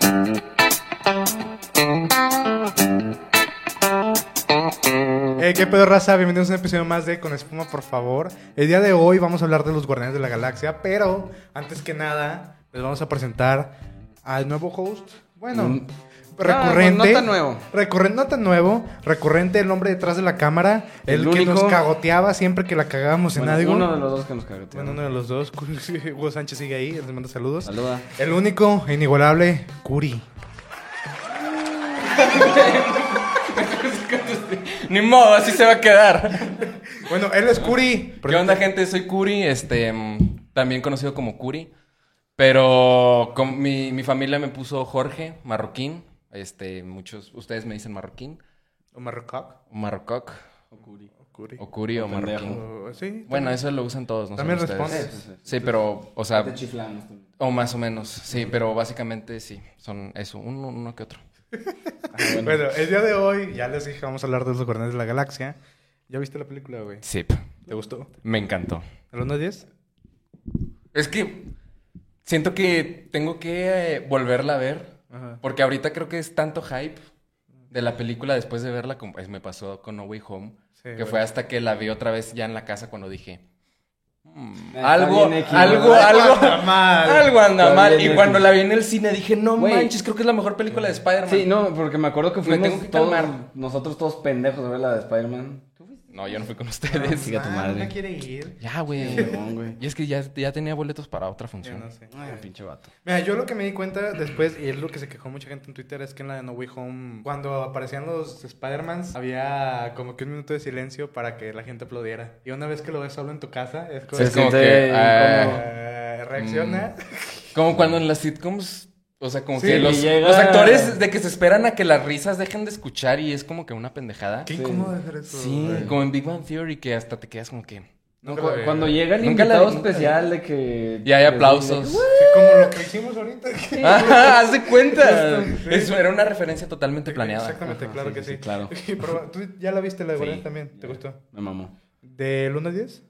¿Qué pedo, raza? Bienvenidos a un episodio más de Con Espuma, por favor. El día de hoy vamos a hablar de los Guardianes de la Galaxia, pero antes que nada les vamos a presentar al nuevo host. Bueno, recurrente. No tan nuevo. No tan nuevo. Recurrente, el hombre detrás de la cámara. El que único, nos cagoteaba siempre que la cagábamos en algo. Uno de los dos que nos cagoteaba. Bueno, uno de los dos. Hugo Sánchez sigue ahí, les mando saludos. Saluda. El único e inigualable, Curi. Ni modo, así se va a quedar. Bueno, él es Curi. ¿Qué onda, gente? Soy Curi, también conocido como Curi. Pero mi familia me puso Jorge, marroquín. Muchos, ustedes me dicen marroquín. O Marrococ. O marrococ. O Curi. O Curi o marroquín. Sí. Bueno, eso lo usan todos, ¿no? También Ustedes. respondes. Sí, pero, o sea... Te chiflamos. O más o menos, sí. Pero básicamente sí, son eso, uno que otro. Bueno, el día de hoy ya les dije que vamos a hablar de los Guardianes de la Galaxia. ¿Ya viste la película, güey? Sí. ¿Te gustó? Me encantó. ¿El 1 a 10? Es que siento que tengo que volverla a ver. Ajá. Porque ahorita creo que es tanto hype de la película después de verla, como me pasó con No Way Home, Sí, que güey. fue hasta que la vi otra vez ya en la casa cuando dije... Está algo bien equivocado. anda mal. Algo anda Está mal. bien Y cuando la vi en el cine dije, no Güey. manches, creo que es la mejor película de Spider-Man. Sí, no, porque me acuerdo que Me fuimos tengo que todos, calmar. nosotros todos pendejos a ver la de Spider-Man. No, yo no fui con ustedes. Siga tu madre. No quiere ir. Ya, güey. No, güey. Y es que ya tenía boletos para otra Yo función. no sé. Ay, pinche vato. Mira, yo lo que me di cuenta después, y es lo que se quejó mucha gente en Twitter, es que en la de No Way Home, cuando aparecían los Spider-Mans, había como que un minuto de silencio para que la gente aplaudiera. Y una vez que lo ves solo en tu casa, es como, Sí, es como siente que... incómodo. reacciona. Como cuando en las sitcoms... O sea, como Sí, que y llega- los actores de que se esperan a que las risas dejen de escuchar y es como que una pendejada. Qué Sí. incómodo hacer eso. Sí, güey. como en Big Bang Theory que hasta te quedas como que... No, Nunca la vi, cuando güey. llega el Nunca la invitado vi, nunca la vi. especial de que... Y hay aplausos. Sí, como lo que hicimos ahorita. Ajá, haz de cuenta. Justo. Eso era una referencia totalmente planeada. Exactamente, Ajá, claro sí, que sí, sí. claro. Pero, ¿tú ya la viste la de Sí. Guardián también? ¿Te gustó? Me mamó. ¿Del 1 a 10?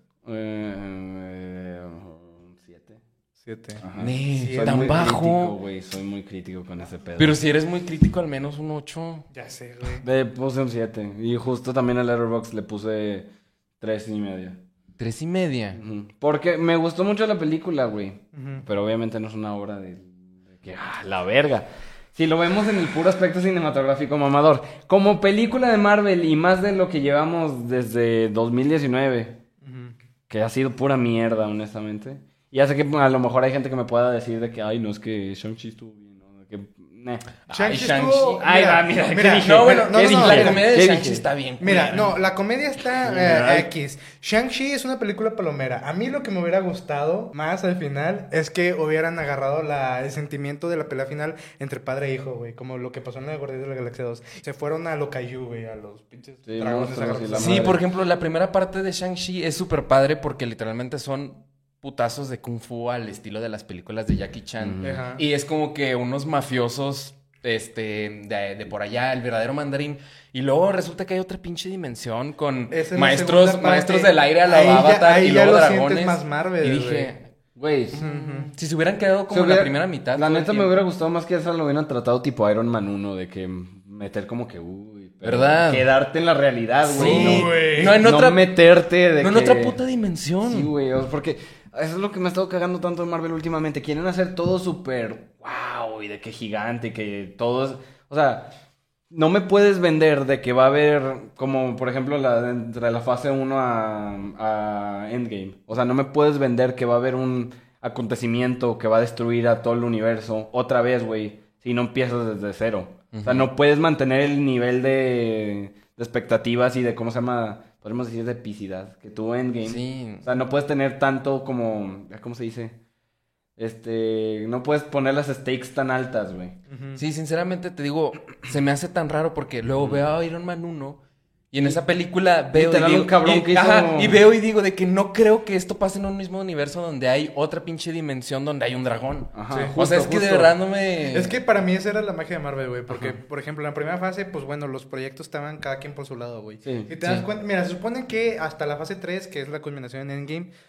7. 7. Ajá. Nee, Sí, Soy tan muy bajo. crítico, güey. Soy muy crítico con ese pedo. Pero si eres muy crítico, al menos un 8. Ya sé, güey. Le puse un 7. Y justo también al Letterboxd le puse 3.5. 3.5. Ujú. Porque me gustó mucho la película, güey. Ujú. Pero obviamente no es una obra de que, la verga. Si lo vemos en el puro aspecto cinematográfico mamador. Como película de Marvel y más de lo que llevamos desde 2019, Ujú. que ha sido pura mierda, honestamente. Y ya sé que a lo mejor hay gente que me pueda decir de que, ay, no, es que Shang-Chi estuvo bien, ¿no? De que, Shang-Chi Shang-Chi. estuvo... Ay, mira, ¿qué dije? No, bueno, no, ¿qué no, dije? no, La mira, comedia de ¿qué Shang-Chi dije? está bien. Mira, culera. no, la comedia está Mira. X. Shang-Chi es una película palomera. A mí lo que me hubiera gustado más al final es que hubieran agarrado el sentimiento de la pelea final entre padre e hijo, güey. Como lo que pasó en la de Guardianes de la Galaxia 2. Se fueron a lo Caillou, güey, a los pinches Sí, dragones monstruos y agarrados. la Sí, madre. por ejemplo, la primera parte de Shang-Chi es súper padre porque literalmente son putazos de Kung Fu al estilo de las películas de Jackie Chan. Ujú. Ajá. Y es como que unos mafiosos, de por allá, el verdadero mandarín. Y luego resulta que hay otra pinche dimensión con Esa es la maestros, segunda parte. maestros del aire a la Ahí ya- Avatar ahí y ya luego lo dragones. sientes más Marvel, y dije, Güey, Ujú. si se hubieran quedado como se hubiera- la primera mitad. La todo el neta me tiempo. hubiera gustado más que eso lo hubieran tratado tipo Iron Man 1, de que meter como que, pero ¿Verdad? quedarte en la realidad, güey. Sí, no, güey. no en no otra, meterte de no en que... otra puta dimensión. Sí, güey, porque eso es lo que me ha estado cagando tanto en Marvel últimamente. Quieren hacer todo súper wow y de que gigante, que todo es... O sea, no me puedes vender de que va a haber, como por ejemplo, entre la fase 1 a Endgame. O sea, no me puedes vender que va a haber un acontecimiento que va a destruir a todo el universo otra vez, güey, si no empiezas desde cero. O sea, no puedes mantener el nivel de expectativas y de, ¿cómo se llama? Podemos decir de epicidad que tuvo Endgame. Sí. O sea, no puedes tener tanto como... ¿Cómo se dice? No puedes poner las stakes tan altas, güey. Sí, sinceramente te digo, se me hace tan raro porque luego veo a Iron Man 1 y en esa película veo Literal, y digo, un cabrón que hizo- y veo y digo de que no creo que esto pase en un mismo universo donde hay otra pinche dimensión donde hay un dragón. Ajá, Sí. O sea, es que de verdad no me... Es que para mí esa era la magia de Marvel, güey. Porque, por ejemplo, en la primera fase, pues bueno, los proyectos estaban cada quien por su lado, güey. Sí, Y te das sí. cuenta, mira, se supone que hasta la fase 3, que es la culminación en Endgame,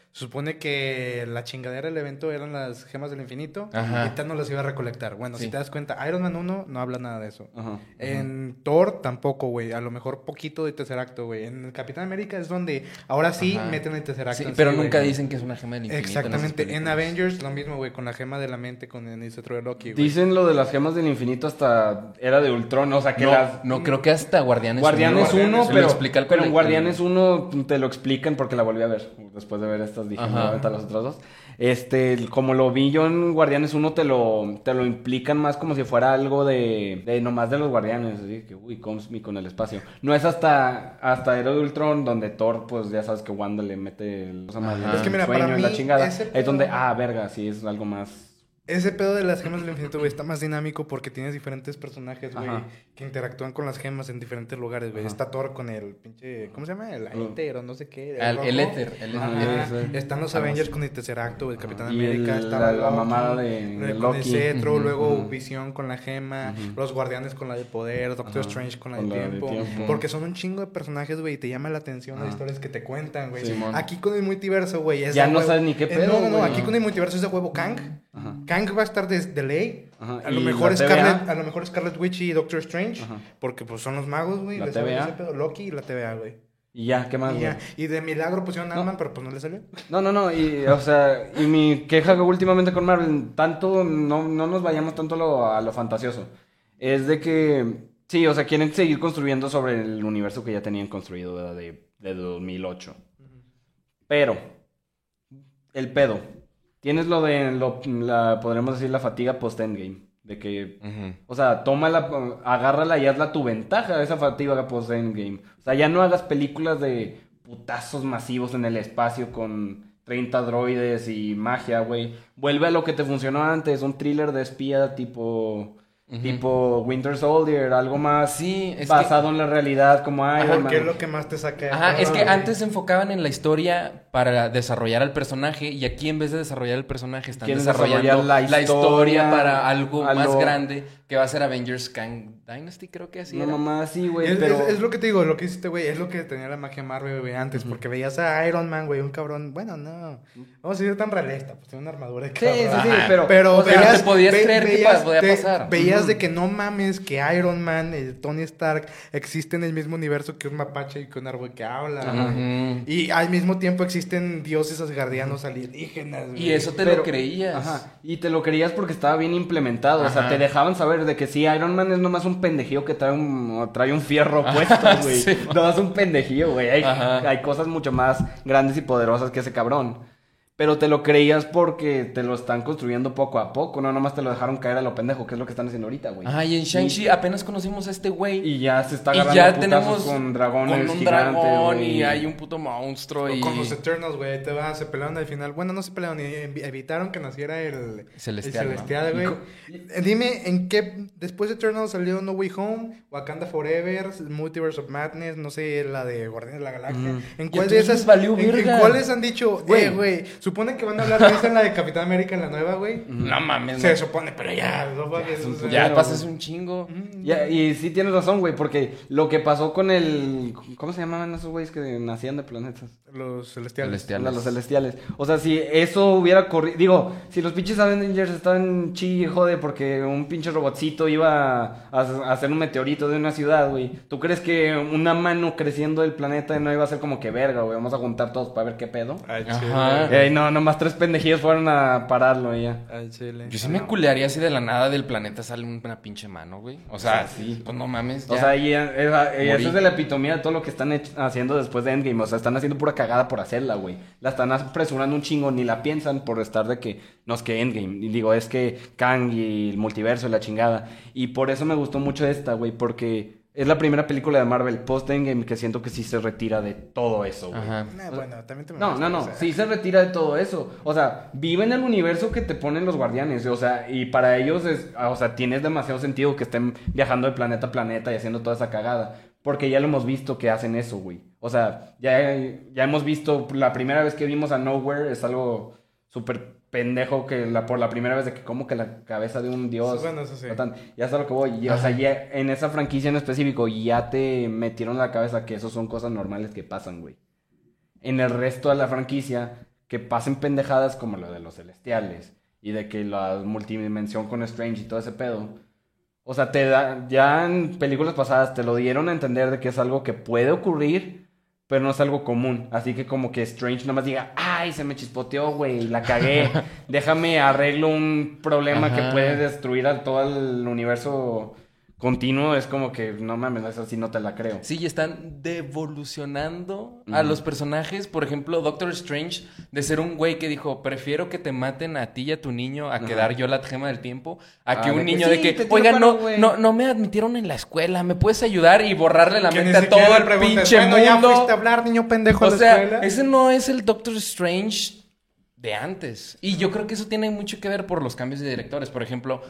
Se supone que la chingadera del evento eran las gemas del infinito Ajá. y Thanos las iba a recolectar. Bueno, Sí. si te das cuenta, Iron Man 1 no habla nada de eso. Ajá. En Thor tampoco, güey. A lo mejor poquito de Tesseracto, güey. En el Capitán América es donde ahora sí Ajá. meten el Tesseracto. Sí, en pero sí, nunca güey. dicen que es una gema del infinito. Exactamente. En En esas películas. Avengers lo mismo, güey. Con la gema de la mente, con el Inicio de Loki, güey. Dicen lo de las gemas del infinito hasta Era de Ultron, o sea que No, las... no, creo que hasta Guardianes Guardianes 1, se lo pero, explica el pero en cole- Guardianes 1 te lo explican porque la volví a ver. Después de ver estas, dije, Ajá. no, ahorita las otras dos. Como lo vi yo en Guardianes 1, te lo implican más como si fuera algo de nomás de los Guardianes. Así que, uy, Cosmic con el espacio. No es hasta Era de Ultron, donde Thor, pues ya sabes que Wanda le mete el, Ajá. Es que mira, sueño para y la mí, chingada. ese Es donde, pedo- verga, sí, es algo más... Ese pedo de las gemas del infinito, güey, está más dinámico porque tienes diferentes personajes, güey, Ajá. que interactúan con las gemas en diferentes lugares, güey. Ajá. Está Thor con el pinche, ¿cómo se llama? El éter o no sé qué. El rojo. éter, el Ajá. éter. Sí. Están los Avengers con el Tesseracto, el Capitán Y América, el- estaba la Loki, mamada de con el Loki. cetro, Ujú, luego ujú. Visión con la gema, Ujú. los Guardianes con la de poder, Doctor Ajá. Strange con la Con de la de tiempo. tiempo. Porque son un chingo de personajes, güey, y te llama la atención las Ajá. historias que te cuentan, güey. Simón. Aquí con el multiverso, güey, es Ya de no huevo. sabes ni qué pedo, No, güey. aquí con el multiverso es de huevo Kang. Ajá. Kang va a estar de ley. Ajá, A lo y mejor la TVA. a lo mejor Scarlet Witch y Doctor Strange, Ajá. porque pues son los magos, güey. La les saben TVA. ese pedo. Loki y la TVA, güey. Y ya, ¿qué más, Y, güey? ya. Y de milagro pusieron No. Ant-Man, pero pues no le salió. No, y, o sea, y mi queja últimamente con Marvel, tanto, no nos vayamos tanto a lo fantasioso, es de que, sí, o sea, quieren seguir construyendo sobre el universo que ya tenían construido, ¿verdad? De 2008. Pero, el pedo, tienes lo de, podremos decir, la fatiga post-endgame, de que... Ujú. O sea, agárrala y hazla tu ventaja, esa fatiga post-endgame. O sea, ya no hagas películas de putazos masivos en el espacio con 30 droides y magia, güey. Vuelve a lo que te funcionó antes, un thriller de espía tipo Winter Soldier, algo más Sí, es basado en la realidad como Iron Man. Porque es lo que más te saca de Ajá, todo, es que güey. antes se enfocaban en la historia para desarrollar al personaje y aquí en vez de desarrollar el personaje están Quieren desarrollando desarrollar la historia para a algo más lo- grande que va a ser Avengers Kang Dynasty, creo que así No, era. mamá, sí, güey, Es, pero... es lo que te digo, lo que hiciste, güey, es lo que tenía la magia Marvel, güey, antes, porque veías a Iron Man, güey, un cabrón, bueno, no, vamos a ser tan realista, pues tiene una armadura de Sí, cabrón. sí, Ajá. pero... o sea, te podías creer que podía pasar. Veías Ujú. de que no mames que Iron Man, el Tony Stark, existe en el mismo universo que un mapache y que un árbol que habla, Ajá. güey. Ujú. Y al mismo tiempo existen dioses asgardianos alienígenas, güey. Y eso te Pero- lo creías. Ajá, y te lo creías porque estaba bien implementado. O sea, Ajá. te dejaban saber de que sí, Iron Man es nomás un pendejillo que trae un fierro puesto, güey. sí. Nomás un pendejillo, güey. Ajá. Hay cosas mucho más grandes y poderosas que ese cabrón. Pero te lo creías porque te lo están construyendo poco a poco. No nomás te lo dejaron caer a lo pendejo, que es lo que están haciendo ahorita, güey. Ajá, y en Shang-Chi apenas conocimos a este güey. Y ya se está Y agarrando ya putazos tenemos con dragones con un gigantes, dragón güey. y hay un puto monstruo O y con los Eternals, güey, ahí te va, se pelearon al final. Bueno, no se pelearon, evitaron que naciera el Celestial, el ¿no? Celestial, güey. Dime, ¿en qué, después de Eternals salió No Way Home, Wakanda Forever, Multiverse of Madness, no sé, la de Guardianes de la Galaxia? Ujú. ¿En Y cuál de entonces esas, valió en verga. cuáles han dicho, Güey. güey, supone que van a hablar de esa en la de Capitán América, en la nueva, güey? No mames, Se no. supone, pero ya, no mames, o sea, Ya pasas un chingo. Y sí tienes razón, güey, porque lo que pasó con el... ¿Cómo se llamaban esos güeyes que nacían de planetas? Los Celestiales. Celestiales. Los celestiales. O sea, si eso hubiera corrido... Digo, si los pinches Avengers estaban chi y jode porque un pinche robotcito iba a hacer un meteorito de una ciudad, güey. ¿Tú crees que una mano creciendo del planeta no iba a ser como que verga, güey? Vamos a juntar todos para ver qué pedo. Al Ajá. chile. No, nomás 3 pendejillos fueron a pararlo y ya. Al chile. Yo sí me culearía si de la nada del planeta sale una pinche mano, güey. O sea, sí. pues no mames. O ya. sea, y eso Morí. es de la epitomía de todo lo que están haciendo después de Endgame. O sea, están haciendo pura cagada por hacerla, güey. La están apresurando un chingo, ni la piensan por estar de que no es que Endgame. Y digo, es que Kang y el multiverso y la chingada. Y por eso me gustó mucho esta, güey, porque es la primera película de Marvel post-Endgame que siento que sí se retira de todo eso, güey. Ajá. Nah, bueno, también te me No, gusta, no, o no, sea. sí se retira de todo eso. O sea, vive en el universo que te ponen los guardianes. O sea, y para ellos o sea, tienes demasiado sentido que estén viajando de planeta a planeta y haciendo toda esa cagada. Porque ya lo hemos visto que hacen eso, güey. O sea, ya hemos visto, la primera vez que vimos a Nowhere es algo súper pendejo que por la primera vez de que como que la cabeza de un dios... Bueno, eso sí. Ya es a lo que voy. O sea, ya en esa franquicia en específico ya te metieron en la cabeza que eso son cosas normales que pasan, güey. En el resto de la franquicia, que pasen pendejadas como lo de los Celestiales y de que la multidimensión con Strange y todo ese pedo. O sea, ya en películas pasadas te lo dieron a entender de que es algo que puede ocurrir, pero no es algo común. Así que como que Strange nomás diga, ay, se me chispoteó, güey, la cagué. Déjame arreglo un problema que puede destruir a todo el universo continuo. Es como que, no mames, esa sí no te la creo. Sí, y están devolucionando a los personajes. Por ejemplo, Doctor Strange, de ser un güey que dijo, prefiero que te maten a ti y a tu niño a quedar yo la gema del tiempo, a que un niño sí, de que, te tiro oigan, paro, güey. no me admitieron en la escuela, ¿me puedes ayudar? Y borrarle la Que mente ni a todo siquiera el le preguntes, pinche bueno, ya mundo. fuiste a hablar, niño pendejo, O a la sea, escuela. ese no es el Doctor Strange de antes. Y yo creo que eso tiene mucho que ver por los cambios de directores. Por ejemplo,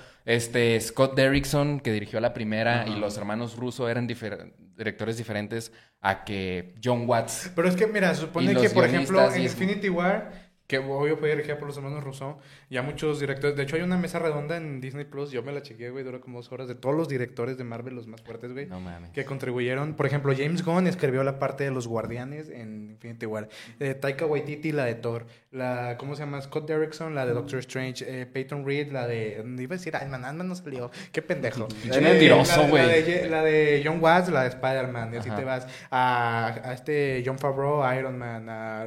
Scott Derrickson, que dirigió la primera, y los hermanos Russo eran directores diferentes a que John Watts. Pero es que, mira, se Y supone los que, por ejemplo, guionistas en y eso. Infinity War, que obvio fue dirigida por los hermanos Russo, ya muchos directores... De hecho, hay una mesa redonda en Disney Plus, yo me la chequeé, güey, duró como 2 horas, de todos los directores de Marvel, los más fuertes, güey, No mames. que contribuyeron. Por ejemplo, James Gunn escribió la parte de los Guardianes en Infinity War. Taika Waititi, la de Thor. ¿Cómo se llama? Scott Derrickson, la de Doctor Strange. Peyton Reed, la de... Iba a decir, ay, man, no salió. Qué pendejo. Pinche mentiroso, güey. La de John Watts, la de Spider-Man, y así Ajá. te vas. A John Favreau, Iron Man,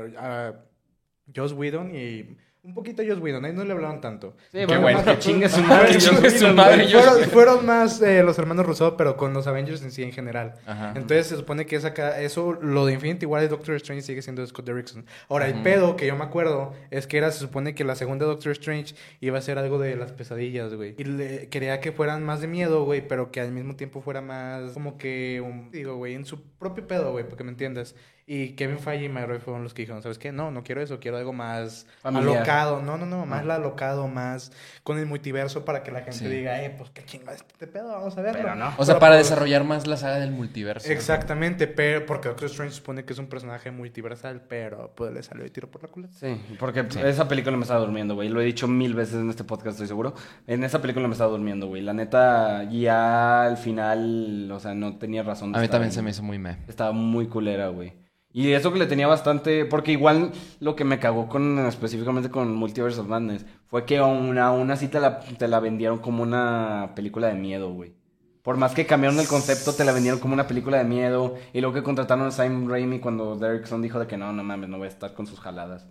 a Joss Whedon y... Un poquito a Joss Whedon, ahí no le hablaron tanto. Sí, Qué bueno, bueno. que chingue su madre. Chingue su madre. Fueron más los hermanos Russo, pero con los Avengers en sí en general. Ajá. Entonces se supone que eso, lo de Infinity War y Doctor Strange sigue siendo de Scott Derrickson. Ahora, el pedo que yo me acuerdo es que se supone que la segunda Doctor Strange iba a ser algo de las pesadillas, güey. Y quería que fueran más de miedo, güey, pero que al mismo tiempo fuera más como que, digo, güey, en su propio pedo, güey, porque me entiendas. Y Kevin Feige y Matt Reeves fueron los que dijeron, ¿sabes qué? No quiero eso, quiero algo más familiar. alocado. No, más alocado, más con el multiverso para que la gente Sí. diga, pues qué chingada este pedo, vamos a verlo. Pero no. O sea, Pero, para pues, desarrollar más la saga del multiverso. Exactamente, pero porque Doctor Strange supone que es un personaje multiversal, pero pues le salió de tiro por la culata. Sí, porque esa película me estaba durmiendo, güey. Lo he dicho 1000 veces en este podcast, estoy seguro. En esa película me estaba durmiendo, güey. La neta, ya al final, o sea, no tenía razón de A mí estar también ahí. se me hizo muy meh. Estaba muy culera, güey. Y eso que le tenía bastante... Porque igual lo que me cagó específicamente con Multiverse of Madness fue que aún así te la vendieron como una película de miedo, güey. Por más que cambiaron el concepto, te la vendieron como una película de miedo. Y luego que contrataron a Sam Raimi cuando Derrickson dijo de que no mames, no voy a estar con sus jaladas.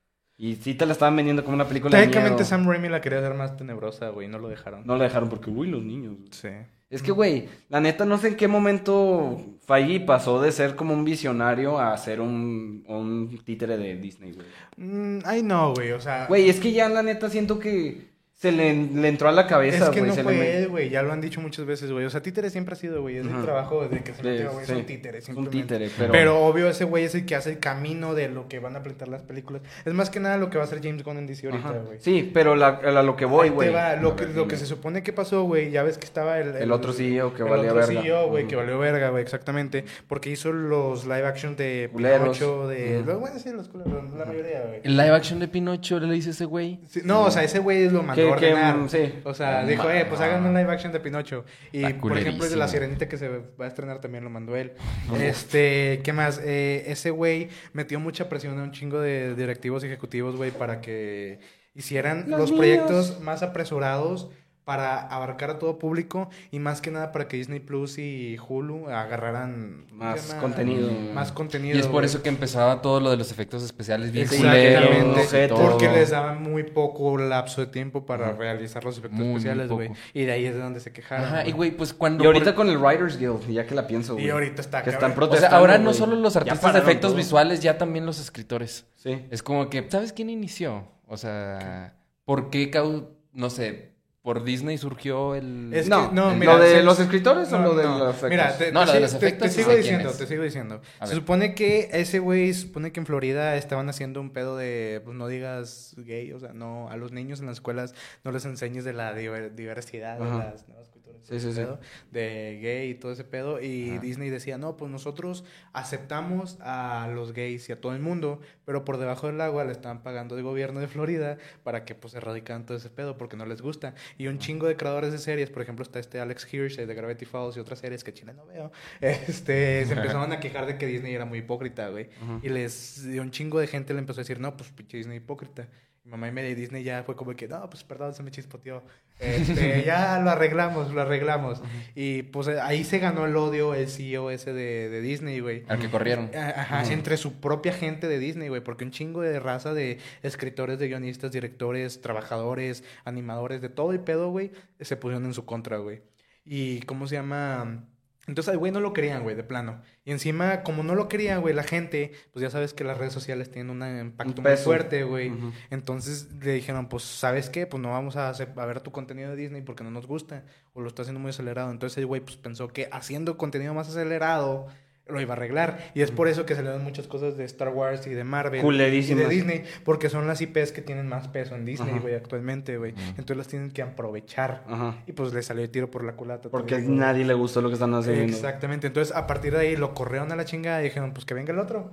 Y sí te la estaban vendiendo como una película de miedo. Técnicamente Sam Raimi la quería hacer más tenebrosa, güey, no lo dejaron. No la dejaron porque, uy, los niños. Sí. Es que, güey, la neta no sé en qué momento Feige pasó de ser como un visionario a ser un títere de Disney, güey. Ay, no, güey, o sea... Güey, es que ya la neta siento que le entró a la cabeza, Es que güey. no se fue le él, güey, ya lo han dicho muchas veces, güey. O sea, títere siempre ha sido, güey, es el Ujú. trabajo de que se metió, güey, Sí, es un títere, es un simplemente. títere, Pero obvio ese güey es el que hace el camino de lo que van a plantear las películas. Es más que nada lo que va a hacer James Gunn en DC ahorita, Ajá. güey. Sí, pero a lo que voy, Ahí te güey. va, Lo A ver, que dime. se supone que pasó, güey, ya ves que estaba El otro CEO que el valía otro verga. CEO, güey, que Ujú. valió verga, güey, exactamente. Porque hizo los live action de Culeros. Pinocho, de... Ujú. Bueno, sí, los culeros, la mayoría, güey. El live action de Pinocho le dice ese güey. Sí, no, o sea, ese güey lo mandó a ordenar. sí. O sea, No dijo, pues mames. háganme un live action de Pinocho. Y, Está por ejemplo, el de La culerísimo. Sirenita que se va a estrenar también lo mandó él. ¿Qué más? Ese güey metió mucha presión a un chingo de directivos ejecutivos, güey, para que hicieran los proyectos más apresurados para abarcar a todo público y más que nada para que Disney Plus y Hulu agarraran Más ¿cómo se llama? contenido. Más contenido. Y es por güey. eso que empezaba todo lo de los efectos especiales bien Exactamente, culeros y todo. porque les daban muy poco lapso de tiempo para realizar los efectos Muy especiales, güey. poco. Y de ahí es de donde se quejaron. Ajá, y güey. güey, pues cuando... Y ahorita con el Writers Guild, ya que la pienso, güey. Y ahorita está que cabrón. están O sea, protestando, ahora no güey. solo los Ya artistas de pararon efectos todo. visuales, ya también los escritores. Sí. Es como que, ¿sabes quién inició? O sea, ¿por qué, no sé, por Disney surgió el... Es No, que, no, ¿lo mira, de los escritores o lo de los efectos? Mira, No, lo de los te efectos sigo sí sé diciendo, quién es. te sigo diciendo. A Se ver. supone que ese güey, se supone que en Florida estaban haciendo un pedo de, pues no digas gay, o sea, no, a los niños en las escuelas no les enseñes de la diversidad, de Ajá. las nuevas culturas, Sí, todo ese sí, sí. pedo, de gay y todo ese pedo. Y Ajá. Disney decía, no, pues nosotros aceptamos a los gays y a todo el mundo, pero por debajo del agua le estaban pagando el gobierno de Florida para que pues erradicaran todo ese pedo porque no les gusta. Y un chingo de creadores de series, por ejemplo, está Alex Hirsch de Gravity Falls y otras series que Chile no veo, se empezaron a quejar de que Disney era muy hipócrita, güey. Y un chingo de gente le empezó a decir, no, pues pinche Disney hipócrita. Mi mamá y media de Disney ya fue como que, no, pues perdón, se me chispoteó. Ya lo arreglamos. Y pues ahí se ganó el odio el CEO ese de Disney, güey. Al que corrieron. Ajá, entre su propia gente de Disney, güey. Porque un chingo de raza de escritores, de guionistas, directores, trabajadores, animadores, de todo el pedo, güey, se pusieron en su contra, güey. Y, ¿cómo se llama? Entonces al güey no lo querían, güey, de plano. Y encima, como no lo querían, güey, la gente, pues ya sabes que las redes sociales tienen un impacto muy fuerte, güey. Entonces le dijeron, pues, ¿sabes qué? Pues no vamos a ver tu contenido de Disney porque no nos gusta. O lo está haciendo muy acelerado. Entonces el güey, pues, pensó que haciendo contenido más acelerado lo iba a arreglar. Y es por eso que salieron muchas cosas de Star Wars y de Marvel y de Disney. Porque son las IPs que tienen más peso en Disney, güey, actualmente, güey. Entonces las tienen que aprovechar. Y pues le salió el tiro por la culata. Porque a nadie le gustó lo que están haciendo. Exactamente. Entonces a partir de ahí lo corrieron a la chingada y dijeron, pues que venga el otro.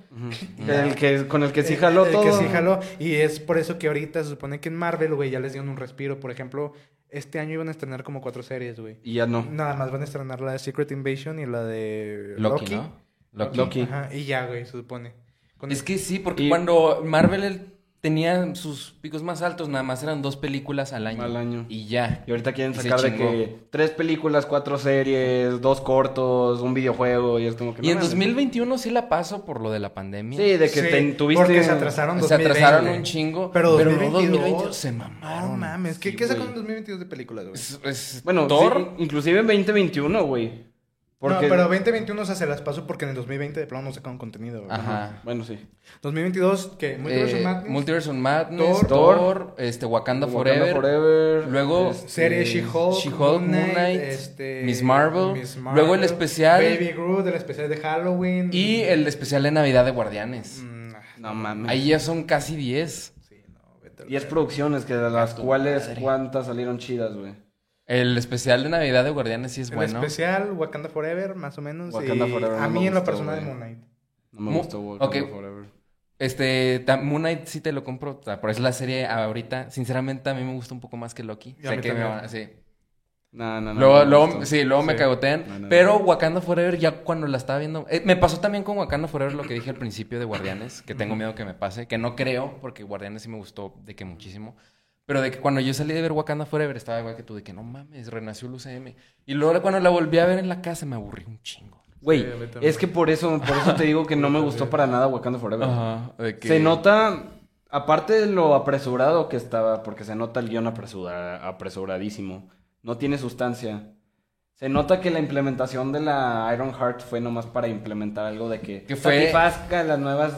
Con el que sí jaló todo. El que sí jaló. Y es por eso que ahorita se supone que en Marvel, güey, ya les dieron un respiro. Por ejemplo, este año iban a estrenar como 4 series, güey. Y ya no. Nada más van a estrenar la de Secret Invasion y la de Loki, ¿no? Loki. Ajá, y ya, güey, se supone. Es que sí, porque cuando Marvel tenía sus picos más altos, nada más eran 2 películas al año. Y ya. Y ahorita quieren sacar de que 3 películas, 4 series, 2 cortos, un videojuego, y es como que... Y en 2021 sí la paso por lo de la pandemia. Sí, de que tuviste... Porque se atrasaron 2020. Se atrasaron un chingo. Pero 2022 se mamaron. No mames, ¿qué sacaron en 2022 de películas, güey? Bueno, Thor... Sí, inclusive en 2021, güey. Porque... No, pero 2021, o sea, se las pasó porque en el 2020 de plano no sacaron contenido, güey. Ajá. Bueno, sí. 2022, ¿qué? Multiverse of Madness, Thor, Wakanda Forever. Luego... serie She-Hulk, Moon Knight, Miss Marvel. Luego el especial... Baby Groot, el especial de Halloween. Y el especial de Navidad de Guardianes. No mames. Ahí ya son casi 10. Sí, no, vete. 10 producciones, que de las cuales, ¿cuántas salieron chidas, güey? El especial de Navidad de Guardianes sí es bueno. El especial, Wakanda Forever, más o menos. Wakanda Forever. A mí en lo personal de Moon Knight. No me gustó Wakanda Forever. Moon Knight sí te lo compro. Por eso la serie ahorita, sinceramente, a mí me gusta un poco más que Loki. Sé que sí. No. Luego me cagotean. Pero Wakanda Forever, ya cuando la estaba viendo... me pasó también con Wakanda Forever lo que dije al principio de Guardianes, que tengo miedo que me pase, que no creo, porque Guardianes sí me gustó de que muchísimo. Pero de que cuando yo salí de ver Wakanda Forever estaba igual que tú, de que no mames, renació el UCM. Y luego cuando la volví a ver en la casa me aburrí un chingo. Güey, es que por eso te digo que no me gustó para nada Wakanda Forever. Ajá. Se nota, aparte de lo apresurado que estaba, porque se nota el guión apresuradísimo, no tiene sustancia. Se nota que la implementación de la Ironheart fue nomás para implementar algo de que satisfazca a las nuevas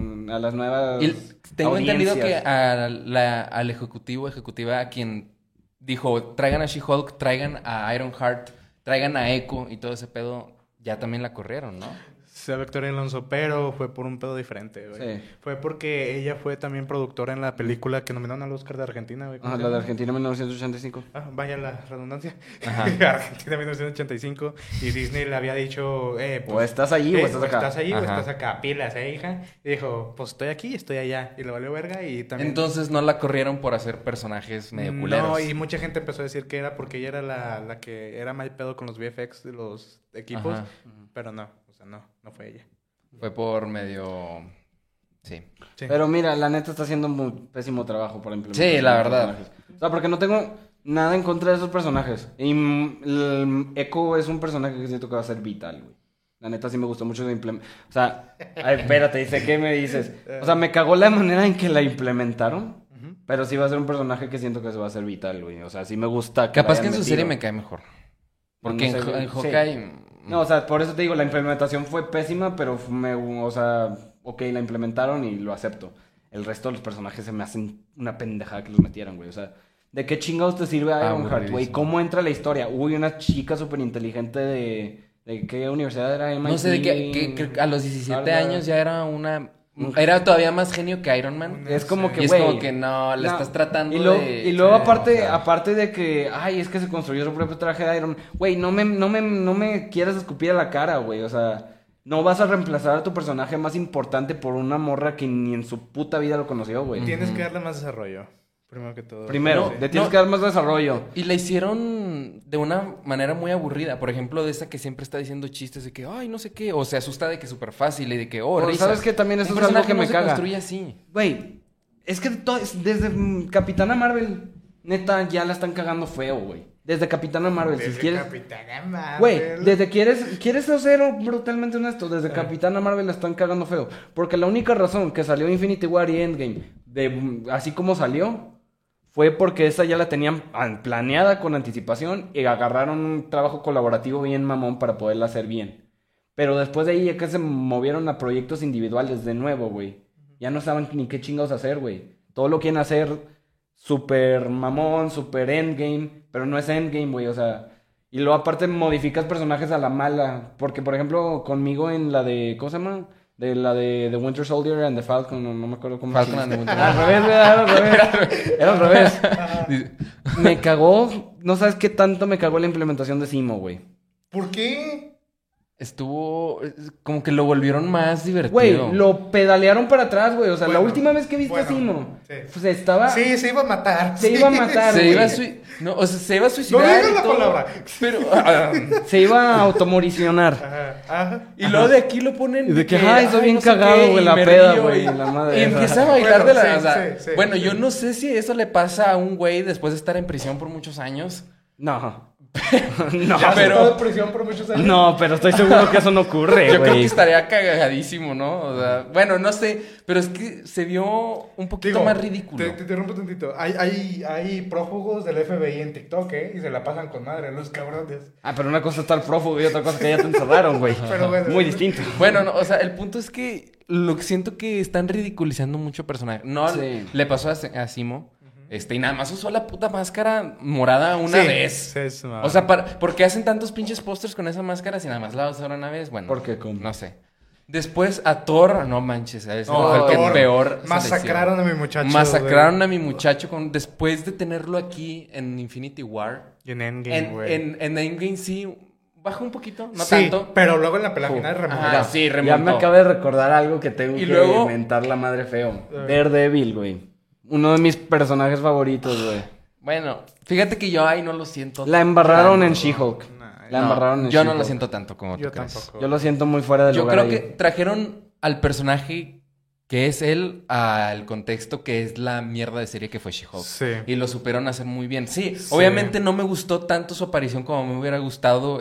y tengo audiencias. entendido que al ejecutiva a quien dijo traigan a She-Hulk, traigan a Ironheart, traigan a Echo y todo ese pedo, ya también la corrieron, ¿no? Sí, a Victoria Alonso, pero fue por un pedo diferente, güey. Sí. Fue porque ella fue también productora en la película que nominaron al Oscar de Argentina, güey. La de Argentina 1985. Vaya la redundancia. Argentina 1985. Y Disney le había dicho, pues, o estás allí o estás acá. Estás allí o estás acá. Pilas, hija. Y dijo, pues estoy aquí, estoy allá. Y le valió verga y también... Entonces no la corrieron por hacer personajes medio culeros. No, y mucha gente empezó a decir que era porque ella era la que era mal pedo con los VFX de los equipos. Pero no. No fue ella. Fue por medio... Sí. Pero mira, la neta está haciendo un pésimo trabajo para implementar. Sí, la verdad. O sea, porque no tengo nada en contra de esos personajes. Y Echo es un personaje que siento que va a ser vital, güey. La neta sí me gustó mucho la implementación. O sea, espérate, dice, ¿qué me dices? O sea, me cagó la manera en que la implementaron. Pero sí va a ser un personaje que siento que se va a hacer vital, güey. O sea, sí me gusta que capaz que en su serie me cae mejor. Porque en Hawkeye... Sí. No, o sea, por eso te digo, la implementación fue pésima, pero o sea, ok, la implementaron y lo acepto. El resto de los personajes se me hacen una pendejada que los metieran, güey. O sea, ¿de qué chingados te sirve Ironheart, güey? ¿Cómo entra la historia? Uy, una chica súper inteligente ¿de qué universidad era? MIT, no sé, de que a los 17 años ya era una... Era todavía más genio que Iron Man. Es como que, güey... es como que no, le estás tratando y luego aparte de que... Ay, es que se construyó su propio traje de Iron Man. Güey, no me quieras escupir a la cara, güey. O sea, no vas a reemplazar a tu personaje más importante por una morra que ni en su puta vida lo conoció, güey. Tienes que darle más desarrollo. Primero que todo. Primero, No, le tienes no. que dar más desarrollo. Y la hicieron de una manera muy aburrida. Por ejemplo, de esa que siempre está diciendo chistes de que, ay, no sé qué. O se asusta de que es súper fácil y de que, Pero risas. ¿sabes qué? También eso Un es algo personaje que me no se caga. construye así. Güey, es que desde Capitana Marvel, neta, ya la están cagando feo, güey. Desde Capitana Marvel, si Desde quieres... Capitana Marvel. Güey, desde quieres ser brutalmente honesto, desde Capitana Marvel la están cagando feo. Porque la única razón que salió Infinity War y Endgame, así como salió, fue porque esa ya la tenían planeada con anticipación y agarraron un trabajo colaborativo bien mamón para poderla hacer bien. Pero después de ahí ya que se movieron a proyectos individuales de nuevo, güey. Ya no saben ni qué chingados hacer, güey. Todo lo quieren hacer super mamón, super endgame, pero no es endgame, güey, o sea... Y luego aparte modificas personajes a la mala. Porque, por ejemplo, conmigo en la de... ¿Cómo se llama? De la de The Winter Soldier and the Falcon, no me acuerdo cómo Falcon se and the Winter Al revés, güey, era al revés. Era al revés. Me cagó, no sabes qué tanto me cagó la implementación de Simo, güey. ¿Por qué? Estuvo... Como que lo volvieron más divertido. Güey, lo pedalearon para atrás, güey. O sea, Bueno, la última vez que viste a bueno, Simo, sí. pues estaba... Sí, se iba a matar. Se sí. iba a matar, Se güey. iba a No, o sea, se iba a No suicidar digas y la todo. palabra. Pero... Se iba a automoricionar. Ajá. Y luego de aquí lo ponen... Y de que, ay, soy bien no sé cagado, qué, güey, y la me peda, río, güey, y- la madre Y esa. empieza a bailar Bueno, de la... sí, o sea, sí. Bueno, yo no sé si eso le pasa a un güey después de estar en prisión por muchos años. No. No, Ya has pero- estado en prisión por muchos años. no, pero estoy seguro que eso no ocurre, Yo creo que güey. estaría cagadísimo, ¿no? O sea, bueno, no sé, pero es que se vio un poquito Digo, más ridículo. Te interrumpo tantito. Hay prófugos del FBI en TikTok, ¿eh? Y se la pasan con madre, los cabrones. Ah, pero una cosa es estar prófugo y otra cosa que ya te encerraron, güey. Pero bueno. Muy distinto. Bueno, no, o sea, el punto es que lo que siento que están ridiculizando mucho personaje. No Sí. le pasó a Simo. Y nada más usó la puta máscara morada una Sí, vez. sí, es una- O sea, ¿por qué hacen tantos pinches pósters con esa máscara si nada más la usaron una vez? Bueno, ¿Por qué? ¿Cómo? no sé. Después a Thor, no manches, ese No, fue el que Thor, peor se masacraron le a mi hicieron. muchacho. Masacraron a mi muchacho después de tenerlo aquí en Infinity War. Y en Endgame, güey. En Endgame sí bajó un poquito, no Sí, tanto. pero luego en la pelea final remontó. Ajá, sí, Ya remontó. me acabo de recordar algo que tengo Y que luego- mentar la madre feo. Daredevil, güey. Uno de mis personajes favoritos, güey. Bueno, fíjate que yo ahí no lo siento. La embarraron en tanto. She-Hulk. La No, embarraron en yo no She-Hulk. lo siento tanto como Yo tú crees. tampoco. Yo lo siento muy fuera del Yo lugar creo ahí. que trajeron al personaje que es él al contexto que es la mierda de serie que fue She-Hulk. Sí. Y lo supieron hacer muy bien. Sí, Sí. obviamente no me gustó tanto su aparición como me hubiera gustado,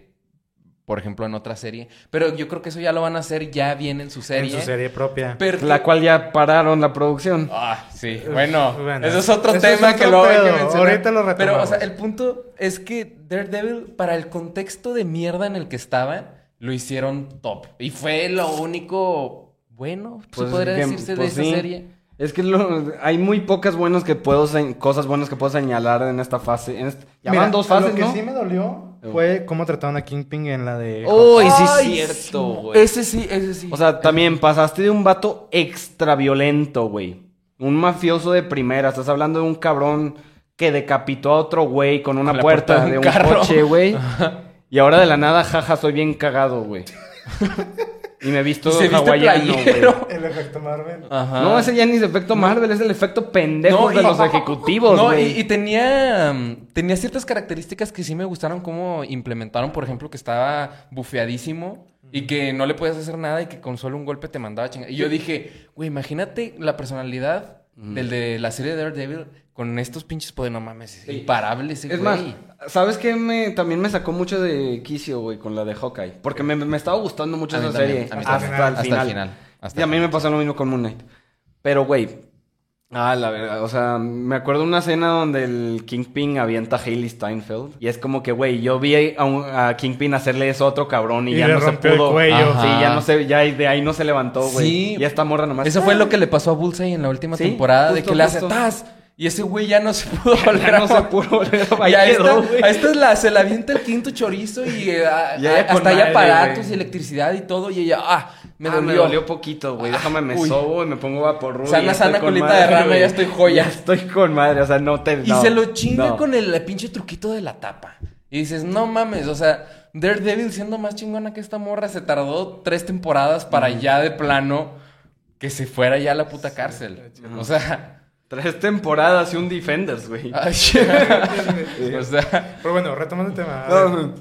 por ejemplo, en otra serie. Pero yo creo que eso ya lo van a hacer ya bien en su serie. En su serie propia. Pero La cual ya pararon la producción. Ah, sí. Bueno, Bueno, eso es otro eso es tema otro que luego hay que pedo. mencionar. Ahorita lo retomamos. Pero, o sea, el punto es que Daredevil, para el contexto de mierda en el que estaba, lo hicieron top. Y fue lo único bueno, Pues, se podría que- decirse, pues de esa sí. serie. Es que hay muy pocas cosas buenas que puedo señalar en esta fase. Ya Mira, van dos fases, lo que ¿no? sí me dolió fue cómo trataron a Kingpin en la de... Uy, sí Ay, es cierto, güey. Ese sí. O sea, también pasaste de un vato extra violento, güey. Un mafioso de primera. Estás hablando de un cabrón que decapitó a otro güey con una Con la puerta puerta de de un un carro. coche, güey. Y ahora de la nada, jaja, soy bien cagado, güey. Y me he visto Y se viste hawaiano, güey. playero. El efecto Marvel. Ajá. No, ese ya ni es efecto Marvel, es el efecto pendejo No, de y- los ejecutivos, No, güey. y tenía ciertas características que sí me gustaron cómo implementaron, por ejemplo, que estaba bufeadísimo y que no le podías hacer nada y que con solo un golpe te mandaba a chingar. Y yo dije, güey, imagínate la personalidad del de la serie de Daredevil con estos pinches poderes, no mames, es imparable ese Es güey. más, ¿sabes qué? También me sacó mucho de quicio, güey, con la de Hawkeye. Porque me estaba gustando mucho A mí esa también, serie. a mí Hasta también. el final. Hasta Y a el mí me final. pasó lo mismo con Moon Knight. Pero, güey. La verdad, o sea, me acuerdo de una escena donde el Kingpin avienta a Hailey Steinfeld. Y es como que, güey, yo vi a Kingpin hacerle eso a otro cabrón y, Y ya le no se rompió el pudo. cuello. Ajá. Sí, ya no se, ya de ahí no se levantó, güey. Sí. Y esta morra nomás. Eso fue lo que le pasó a Bullseye en la última Sí, temporada, de justo, que le hace justo. ¡tas! Y ese güey ya no se pudo volver Ya no se pudo volver a Y a quedó, esta, güey. a esta se la avienta el quinto chorizo y Ya con hasta hay madre, aparatos güey. y electricidad y todo. Y ella, me Me dolió. dolió poquito, güey. Déjame me Uy. sobo y me pongo vaporru. Sana, y ya estoy sana, con colita madre, de rana, güey. ya estoy joya. Ya estoy con madre, o sea, Y no, se lo chinga no. con el pinche truquito de la tapa. Y dices, no mames, o sea, Daredevil siendo más chingona que esta morra se tardó 3 temporadas para ya de plano que se fuera ya a la puta cárcel. O sea, 3 temporadas y un Defenders, güey. Ay, o sea, Pero bueno, retomando el tema. No,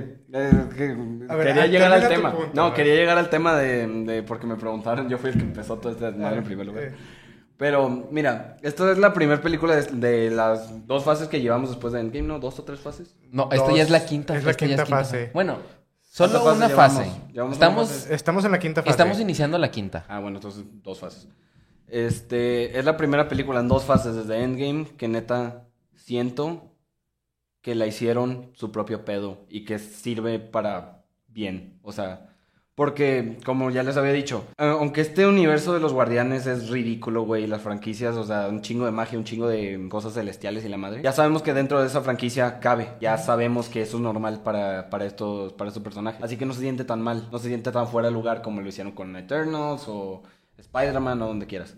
A ver, quería llegar al termina tu tema. punto, No, a ver. quería llegar al tema de porque me preguntaron, yo fui el que empezó todo este desmadre en primer lugar. Pero, mira, esta es la primera película de las 2 fases que llevamos después de Endgame, ¿no? 2 o 3 fases. no, esta ya es la quinta. Es la esta ya quinta fase. Bueno, ¿Cuántas solo fases una llevamos? fase. Llevamos una Estamos, fase. Estamos en la quinta fase. estamos iniciando la quinta. Ah, bueno, entonces 2 fases. Es la primera película en 2 fases desde Endgame que neta siento que la hicieron su propio pedo y que sirve para bien. O sea, porque como ya les había dicho, aunque este universo de los Guardianes es ridículo, güey, las franquicias, o sea, un chingo de magia, un chingo de cosas celestiales y la madre. Ya sabemos que dentro de esa franquicia cabe, ya sabemos que eso es normal para estos personajes. Así que no se siente tan mal, no se siente tan fuera de lugar como lo hicieron con Eternals o Spider-Man o donde quieras.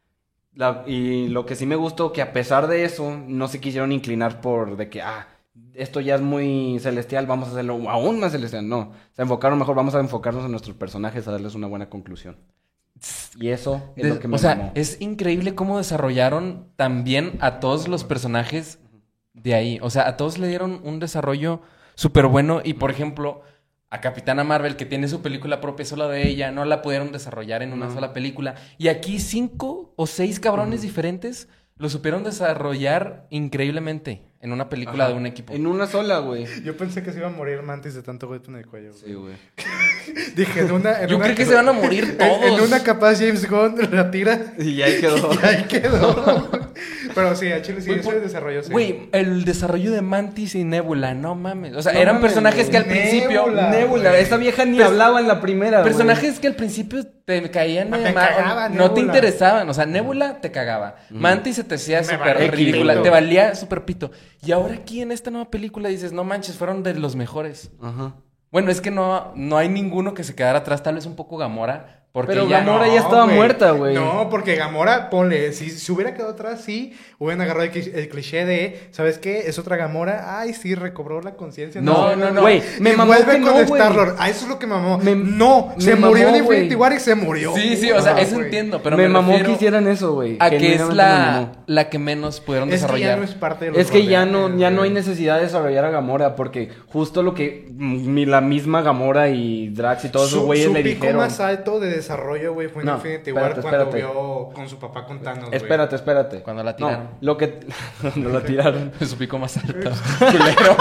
Y lo que sí me gustó, que a pesar de eso, no se quisieron inclinar por de que, esto ya es muy celestial, vamos a hacerlo aún más celestial. No, se enfocaron mejor, vamos a enfocarnos en nuestros personajes, a darles una buena conclusión. Y eso es lo que me O sea, mamó. es increíble cómo desarrollaron también a todos los personajes de ahí. O sea, a todos le dieron un desarrollo súper bueno. Y, por ejemplo, a Capitana Marvel, que tiene su película propia sola de ella, no la pudieron desarrollar en una sola película. Y aquí 5 o 6 cabrones diferentes lo supieron desarrollar increíblemente en una película de un equipo. En una sola, güey. Yo pensé que se iba a morir Mantis de tanto golpe en el cuello. Güey. Sí, güey. Dije, en una... Yo creo que se van a morir todos. En una capaz James Gunn la tira Y ahí quedó. y ahí quedó. Pero sí, a Chile sí, Güey, ese desarrollo sí. Güey, el desarrollo de Mantis y Nebula, no mames. O sea, No eran mames, personajes que al Nebula. principio... Nebula, esa vieja ni hablaba en la primera, güey. Personajes que al principio te caían Me medio mal, cagaba no te Nebula. interesaban. O sea, Nebula te cagaba. Mantis se te hacía Me súper valía ridícula. pito. Te valía súper pito. Y ahora aquí en esta nueva película dices, no manches, fueron de los mejores. Ajá. Bueno, es que no hay ninguno que se quedara atrás. Tal vez un poco Gamora. Porque Pero ya Gamora ya estaba muerta, güey. No, porque Gamora, ponle, si se hubiera quedado atrás, sí, hubieran agarrado el cliché de, ¿sabes qué? Es otra Gamora, ay, sí, recobró la conciencia. No, güey, me y mamó vuelve que con no, güey. Star-Lord. Ah, eso es lo que mamó. Me se murió mamó, en Infinity güey. War y se murió. Sí, o sea, Ajá, eso güey. entiendo. Pero me mamó refiero que hicieran eso, güey. a que es Genuinamente me mamó. la que menos pudieron Es que ya desarrollar. no es parte de los Es que ya Guardianes, no hay güey. necesidad de desarrollar a Gamora, porque justo lo que la misma Gamora y Drax y todos esos güeyes Su le pico dijeron. más alto de desarrollo, güey, fue en No, Infinity War espérate, cuando espérate. vio con su papá con Thanos, güey. Espérate. Cuando la tiraron. No, lo que... Cuando la tiraron. Su pico más alto. Culero.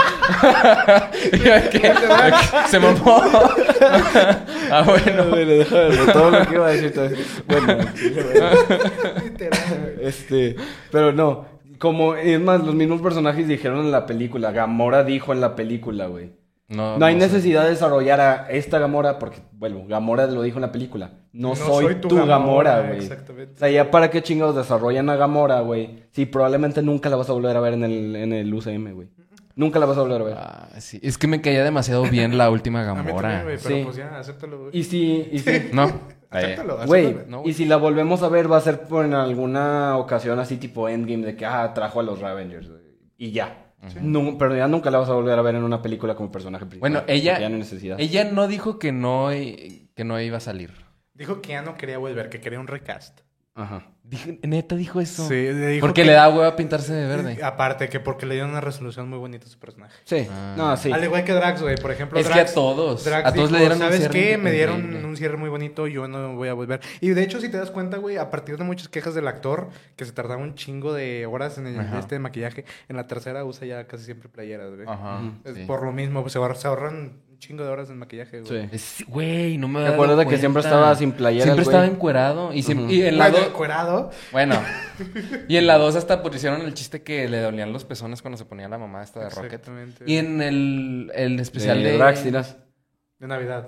¿Qué? Se mamó. Bueno. Bueno, deja de ver todo lo que iba a decir. Bueno, Literal, güey. pero no. Como, es más, los mismos personajes dijeron en la película. Gamora dijo en la película, güey. No hay sé. necesidad de desarrollar a esta Gamora porque, bueno, Gamora lo dijo en la película. No soy tu Gamora, güey. Exactamente. O sea, ya para qué chingados desarrollan a Gamora, güey. Sí, probablemente nunca la vas a volver a ver en el UCM, güey. Nunca la vas a volver a ver. Ah, sí. Es que me caía demasiado bien la última A mí también, Gamora. Sí. güey, pero pues ya, acéptalo, güey. Y si, ¿No? Acéptalo, güey, acéptalo. No, güey. y si la volvemos a ver va a ser por en alguna ocasión así tipo Endgame de que, trajo a los Ravengers, güey. Y ya. No, pero ya nunca la vas a volver a ver en una película como personaje principal. Bueno, porque ya no hay necesidad. ella no dijo que no iba a salir. Dijo que ya no quería volver, que quería un recast. Ajá. Neta dijo eso. Sí, le dijo Porque que- le da hueva pintarse de verde. Aparte, que porque le dieron una resolución muy bonita a su personaje. Sí. No, sí. Al igual que Drax, güey. Por ejemplo, Es que Drax, a todos. Drax A todos dijo, le dieron un ¿sabes cierre qué? Me dieron increíble. un cierre muy bonito, yo no voy a volver. Y de hecho, si te das cuenta, güey, a partir de muchas quejas del actor, que se tardaba un chingo de horas en el Ajá. de maquillaje, en la tercera usa ya casi siempre playeras, güey. Ajá. Es sí. por lo mismo, pues, se ahorran un chingo de horas en maquillaje, güey. Sí. Güey, no me ¿Te había acuerdas dado de que siempre cuenta. estaba sin playera Siempre el güey? estaba encuerado. Y en la Bueno, 2... encuerado. Bueno. Y en la 2 hasta pusieron el chiste que le dolían los pezones cuando se ponía la mamá esta de Rocket. Exactamente. Y en el especial de... Drax, dirás. De Navidad.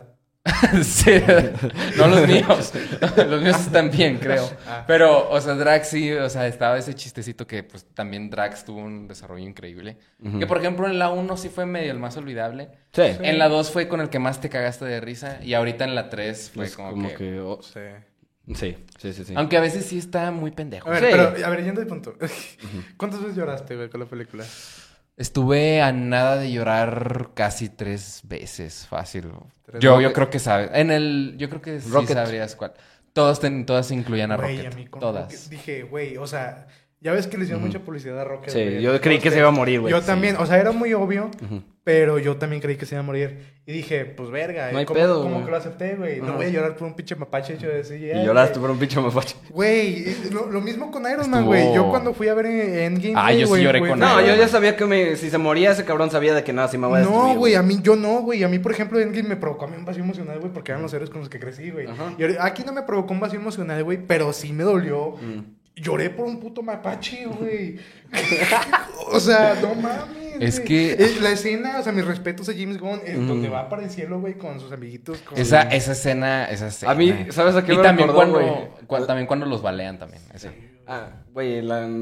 Sí. No los míos. Los míos están bien, creo. Ah. Pero, o sea, Drax sí, o sea, estaba ese chistecito que pues también Drax tuvo un desarrollo increíble. Ujú. Que por ejemplo en la 1 sí fue medio el más olvidable. Sí. En la 2 fue con el que más te cagaste de risa. Y ahorita en la 3 fue Es como, que... oh, Sí. sí. Aunque a veces sí está muy pendejo. A ver, Sí. pero, a ver, yendo al punto. ¿Cuántas veces lloraste, güey, con la película? Estuve a nada de llorar casi 3 veces, fácil. Tres Yo Rocket. creo que sabes. Yo creo que sí Rocket. sabrías cuál. Todas se incluían a Güey, Rocket. a mí con Todas. Rocket dije, güey, o sea, Ya ves que le hicieron mucha publicidad a Rocket. Sí, güey. yo creí que se iba a morir, güey. Yo Sí. también, o sea, era muy obvio, pero yo también creí que se iba a morir. Y dije, pues verga, No hay ¿cómo, pedo, cómo güey. que lo acepté, güey? No voy a llorar por un pinche mapache hecho de CGI. Y lloraste por un pinche mapache. Güey, lo mismo con Iron Man, Estuvo- güey. Yo cuando fui a ver Endgame, Ah, yo sí güey, lloré güey, con fue- No, Iron yo Man. ya sabía que si se moría ese cabrón sabía de que nada, si me voy a destruir. No, güey, a mí, yo no, güey. A mí, por ejemplo, Endgame me provocó a mí un vacío emocional, güey, porque eran los héroes con los que crecí, güey. Ajá. Y aquí no me provocó un vacío emocional, güey, pero sí me dolió. Lloré por un puto mapache, güey. O sea, no mames. Es güey. que- La escena, o sea, mis respetos a James Gunn, donde va para el cielo, güey, con sus amiguitos. Con... Esa escena. A mí, ¿sabes a qué Y me también recordó, también cuando los balean también. Ese. Ah, güey,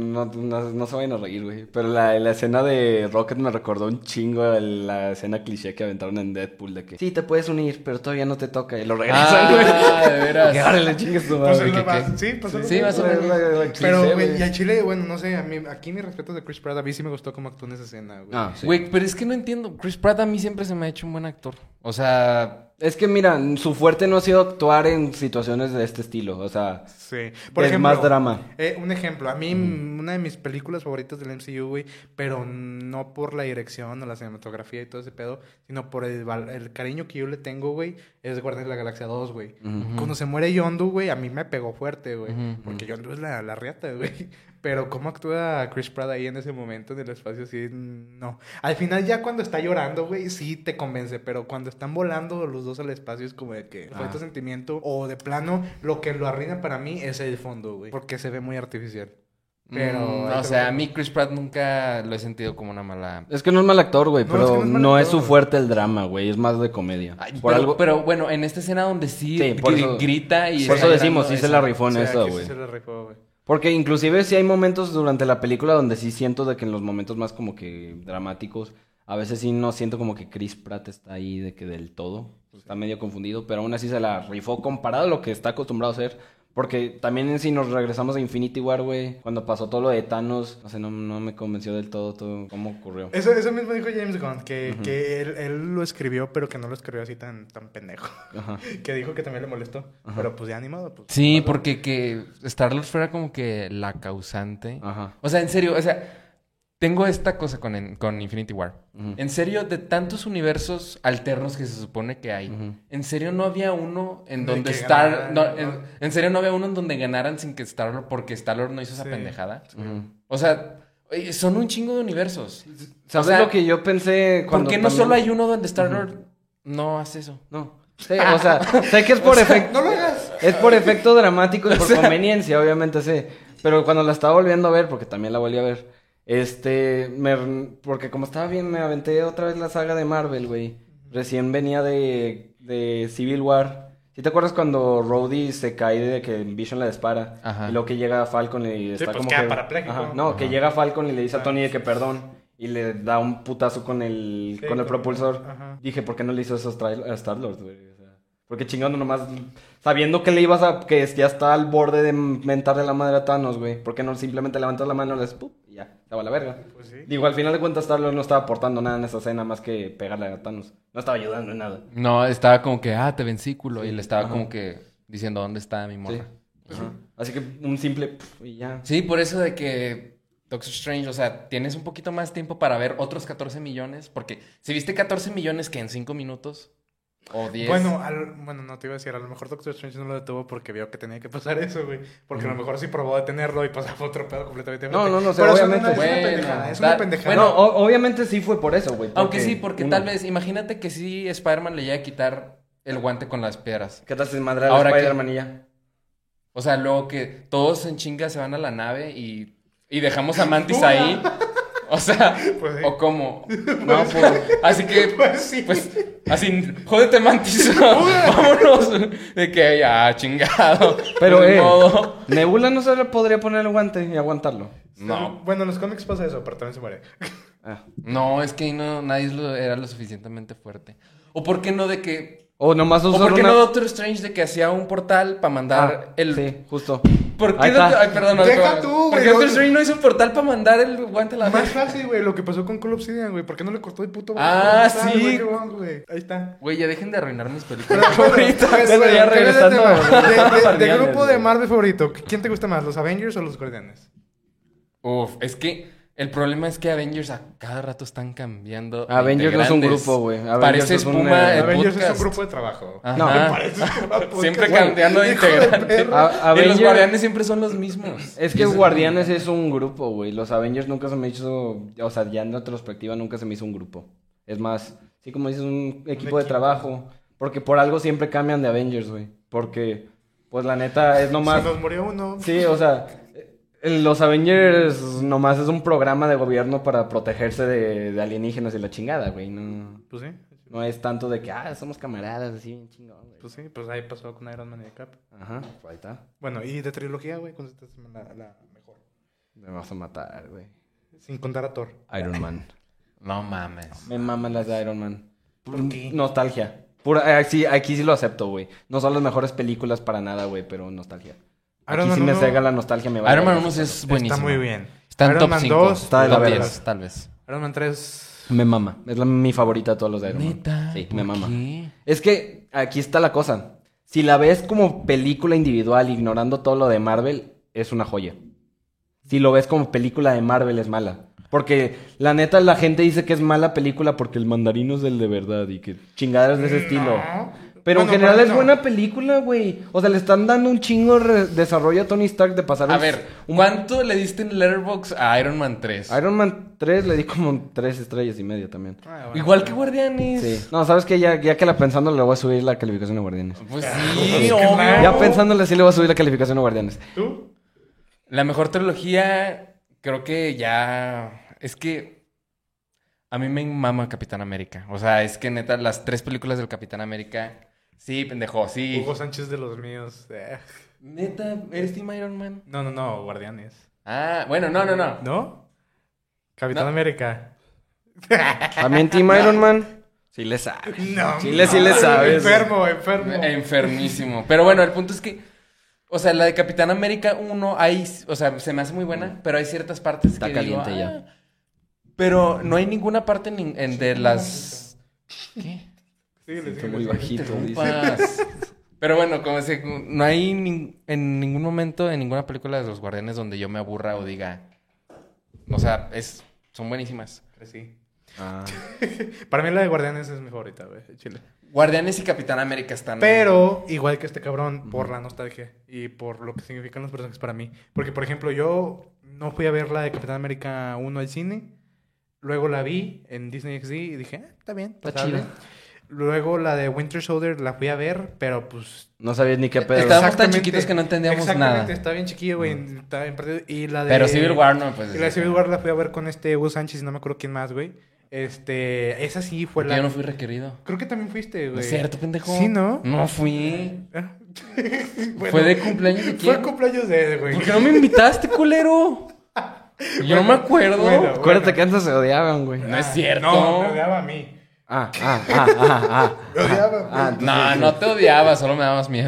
no se vayan a reír, güey. Pero la escena de Rocket me recordó un chingo a la escena cliché que aventaron en Deadpool de que sí, te puedes unir, pero todavía no te toca. Y lo regresan, güey. Ah, de veras. Que ahora le chingues tu Pues madre. es lo ¿qué, más- qué? Sí, pues es lo Sí, que- más o menos. Pero, cliché, güey, y a Chile, bueno, no sé, a mí, aquí mis respetos de Chris Pratt, a mí sí me gustó cómo actuó en esa escena, güey. Ah, sí. Güey, pero es que no entiendo. Chris Pratt a mí siempre se me ha hecho un buen actor. O sea, Es que mira, su fuerte no ha sido actuar en situaciones de este estilo. O sea, Sí. es más drama. Un ejemplo, a mí una de mis películas favoritas del MCU, güey, pero no por la dirección o la cinematografía y todo ese pedo, sino por el cariño que yo le tengo, güey, es Guardianes de la Galaxia 2, güey. Cuando se muere Yondu, güey, a mí me pegó fuerte, güey, porque Yondu es la riata, güey. Pero cómo actúa Chris Pratt ahí en ese momento en el espacio, sí, no. Al final ya cuando está llorando, güey, sí te convence, pero cuando están volando los dos al espacio es como de que fue tu sentimiento, o de plano, lo que lo arruina para mí es el fondo, güey, porque se ve muy artificial. Pero... o sea, a mí Chris Pratt nunca lo he sentido como una mala... Es que no es mal actor, güey, No, pero es que no es mal no es actor. su fuerte el drama, güey. Es más de comedia. Ay, Por pero, algo... pero bueno, en esta escena donde sí, por eso- grita y... por está eso decimos, llorando, sí se la rifó en Sí, eso, aquí güey. sí se la rifó, güey. Porque inclusive sí hay momentos durante la película donde sí siento de que en los momentos más como que dramáticos, a veces sí no siento como que Chris Pratt está ahí de que del todo. Está medio confundido, pero aún así se la rifó comparado a lo que está acostumbrado a hacer. Porque también si nos regresamos a Infinity War, güey, cuando pasó todo lo de Thanos, no sé, no me convenció del todo cómo ocurrió. Eso mismo dijo James Gunn, que él lo escribió, pero que no lo escribió así tan pendejo. Ajá. Que dijo que también le molestó. Pero pues ya animado. Pues, Sí, pasó. porque que Star-Lord fuera como que la causante. Ajá. O sea, en serio, o sea, tengo esta cosa con Infinity War. En serio, de tantos universos alternos que se supone que hay, en serio no había uno en De donde que Star... ganaran, no, ¿no? en serio no había uno en donde ganaran sin que Star-Lord... Porque Star-Lord no hizo esa Sí. pendejada. Ujú. O sea, son un chingo de universos. ¿Sabes O sea, lo que yo pensé ¿Por cuando qué no también- solo hay uno donde Star-Lord no hace eso? No. Sí, o sea, sé que es por efecto... ¡No lo hagas! Es por efecto dramático y por conveniencia, obviamente sé. Pero cuando la estaba volviendo a ver, porque también la volví a ver, porque como estaba bien, me aventé otra vez la saga de Marvel, güey. Recién venía de Civil War. ¿Sí te acuerdas cuando Rhodey se cae de que Vision la dispara? Ajá. Y luego que llega Falcon y está pues como queda que... parapléjico. Ajá, no, que llega Falcon y le dice a Tony de que perdón. Y le da un putazo con el Sí, propulsor. ajá. Dije, ¿por qué no le hizo eso a Star-Lord, güey? O sea, porque chingando nomás... Sabiendo que le ibas a... Que ya está al borde de mentarle la madre a Thanos, güey. ¿Por qué no simplemente levantas la mano y le ¡pup! Y ya, se va a la verga. Pues sí. Digo, al final de cuentas Star-Lord no estaba aportando nada en esa escena más que pegarle a Thanos. No estaba ayudando en nada. No, estaba como que, te vencí, culo. Sí, Y le estaba ajá. como que diciendo, ¿dónde está mi Sí. morra? Ajá. Así que un simple... y ya. Sí, por eso de que Doctor Strange, o sea, tienes un poquito más tiempo para ver otros 14 millones. Porque si viste 14 millones que en 5 minutos o 10... Bueno, no te iba a decir, a lo mejor Doctor Strange no lo detuvo porque vio que tenía que pasar eso, güey. Porque a lo mejor sí probó detenerlo y pasaba otro pedo completamente No, diferente. o sea, Pero obviamente. Es una Bueno, pendejada, es tal- una pendejada. bueno, No, obviamente sí fue por eso, güey. Aunque sí, porque tal vez, imagínate que sí Spider-Man le llega a quitar el guante con las piedras. ¿Qué tal si madre Ahora a que- Spider-Man y ya? O sea, luego que todos en chinga se van a la nave y dejamos a Mantis ahí. O sea, Pues sí. o cómo. No, pues... Así que, Pues sí. pues, así, jódete, Mantis. Vámonos. De que ya, chingado. Pero, Ni modo. Nebula no se le podría poner el guante y aguantarlo. No. Bueno, en los cómics pasa eso, pero también se muere. Ah. No, es que no, nadie era lo suficientemente fuerte. O por qué no de que. O nomás O usar por qué una... no Doctor Strange de que hacía un portal para mandar el. Sí, justo. ¿Por qué Ahí está. Ay, perdón, no, Deja no. tú, ¿Por güey, qué Doctor no- Strange no hizo un portal para mandar el guante a la Más vez? fácil, güey, lo que pasó con Call of Obsidian, güey. ¿Por qué no le cortó el puto Ah, portal, sí. güey? Qué bueno, güey. Ahí está. Güey, ya dejen de arruinar mis Pero, películas bueno, favoritas. pues, Bueno, ya regresando de a grupo de Guardianes, Marvel güey. favorito, ¿quién te gusta más, los Avengers o los Guardianes? Uf, es que el problema es que Avengers a cada rato están cambiando. Avengers no es un integrantes. grupo, güey. Avengers Parece es un, espuma de Avengers es podcast. un grupo de trabajo. Ajá. No, Parece un grupo de podcast. Siempre Güey, cambiando de hijo de integrantes. perra. Y los Avengers- guardianes siempre son los mismos. Es que Guardianes es un grupo, güey. Los Avengers nunca se me hizo... O sea, ya en retrospectiva nunca se me hizo un grupo. Es más, sí, como dices, un equipo de trabajo. Porque por algo siempre cambian de Avengers, güey. Porque, pues la neta, es nomás... Se nos murió uno. Sí, o sea, los Avengers nomás es un programa de gobierno para protegerse de alienígenas y la chingada, güey. No, Pues sí. no es tanto de que, somos camaradas, así, bien chingón, güey. Pues sí, pues ahí pasó con Iron Man y Cap. Ajá, ahí está. Bueno, y de trilogía, güey, ¿cuál es la mejor? Me vas a matar, güey. Sin contar a Thor. Iron Man. No mames. Me maman las de Iron Man. ¿Por qué? Nostalgia. Pura, sí, aquí sí lo acepto, güey. No son las mejores películas para nada, güey, pero nostalgia. Iron Aquí Man sí me 1 cega la nostalgia, me va Iron Man 1 es buenísimo. Está muy bien. Está en Iron top Man 5. 2 está de la top verga. 10, tal vez. Iron Man 3. Me mama. Es mi favorita de todos los de Iron Man. ¿Neta? Sí, ¿Por me mama. qué? Es que aquí está la cosa. Si la ves como película individual, ignorando todo lo de Marvel, es una joya. Si lo ves como película de Marvel, es mala. Porque la neta, la gente dice que es mala película porque el mandarino es el de verdad y que chingaderas de ese estilo. Pero Bueno, en general para mí es no. buena película, güey. O sea, le están dando un chingo de desarrollo a Tony Stark de pasar A ver, ¿cuánto le diste en Letterboxd a Iron Man 3? Iron Man 3 le di como 3 estrellas y media también. Ah, bueno. Igual que Guardianes. Sí. No, ¿sabes qué? Ya que la pensando le voy a subir la calificación a Guardianes. Pues Pues sí, claro. obvio. Ya pensándole sí le voy a subir la calificación a Guardianes. ¿Tú? La mejor trilogía, creo que ya... Es que a mí me mama Capitán América. O sea, es que neta, las 3 películas del Capitán América... Sí, pendejo, sí. Hugo Sánchez de los míos. Neta, ¿eres Team Iron Man? No, Guardianes. Ah, bueno, no. ¿No? Capitán No. América. También Team Iron Man. Sí le sabes. No. Sí le sabes. Enfermo. Enfermísimo. Pero bueno, el punto es que... O sea, la de Capitán América 1, o sea, se me hace muy buena, pero hay ciertas partes Está que caliente digo, ya. Pero no hay ninguna parte de las... ¿Qué? Está muy bajito, dice. Interrumpas. Pero bueno, como se, no hay en ningún momento, en ninguna película de los Guardianes donde yo me aburra o diga... O sea, son buenísimas. Sí. Ah. Para mí la de Guardianes es mi favorita, güey. Chile. Guardianes y Capitán América están... Pero, igual que este cabrón, por la nostalgia y por lo que significan los personajes para mí. Porque, por ejemplo, yo no fui a ver la de Capitán América 1 al cine. Luego la vi en Disney XD y dije, está bien, Está pasable". chida. Luego la de Winter Soldier la fui a ver, pero pues... No sabías ni qué pedo. Estábamos tan Exactamente. chiquitos que no entendíamos Exactamente, nada. estaba bien chiquillo, güey. Estaba bien perdido. Y la de... Pero Civil War no, pues... Y la de Civil War la fui a ver con Hugo Sánchez y no me acuerdo quién más, güey. Esa sí fue Porque la... yo no fui requerido. Creo que también fuiste, ¿No güey. es cierto, pendejo? Sí, ¿no? No fui. Bueno, ¿Fue de cumpleaños de Fue quién? el cumpleaños de él, güey. ¿Por qué no me invitaste, culero? Yo no me acuerdo. bueno. Acuérdate que antes se odiaban, güey. No es cierto. No, me odiaba a mí. Me Me odiaba a mí. No te odiaba, solo me dabas miedo.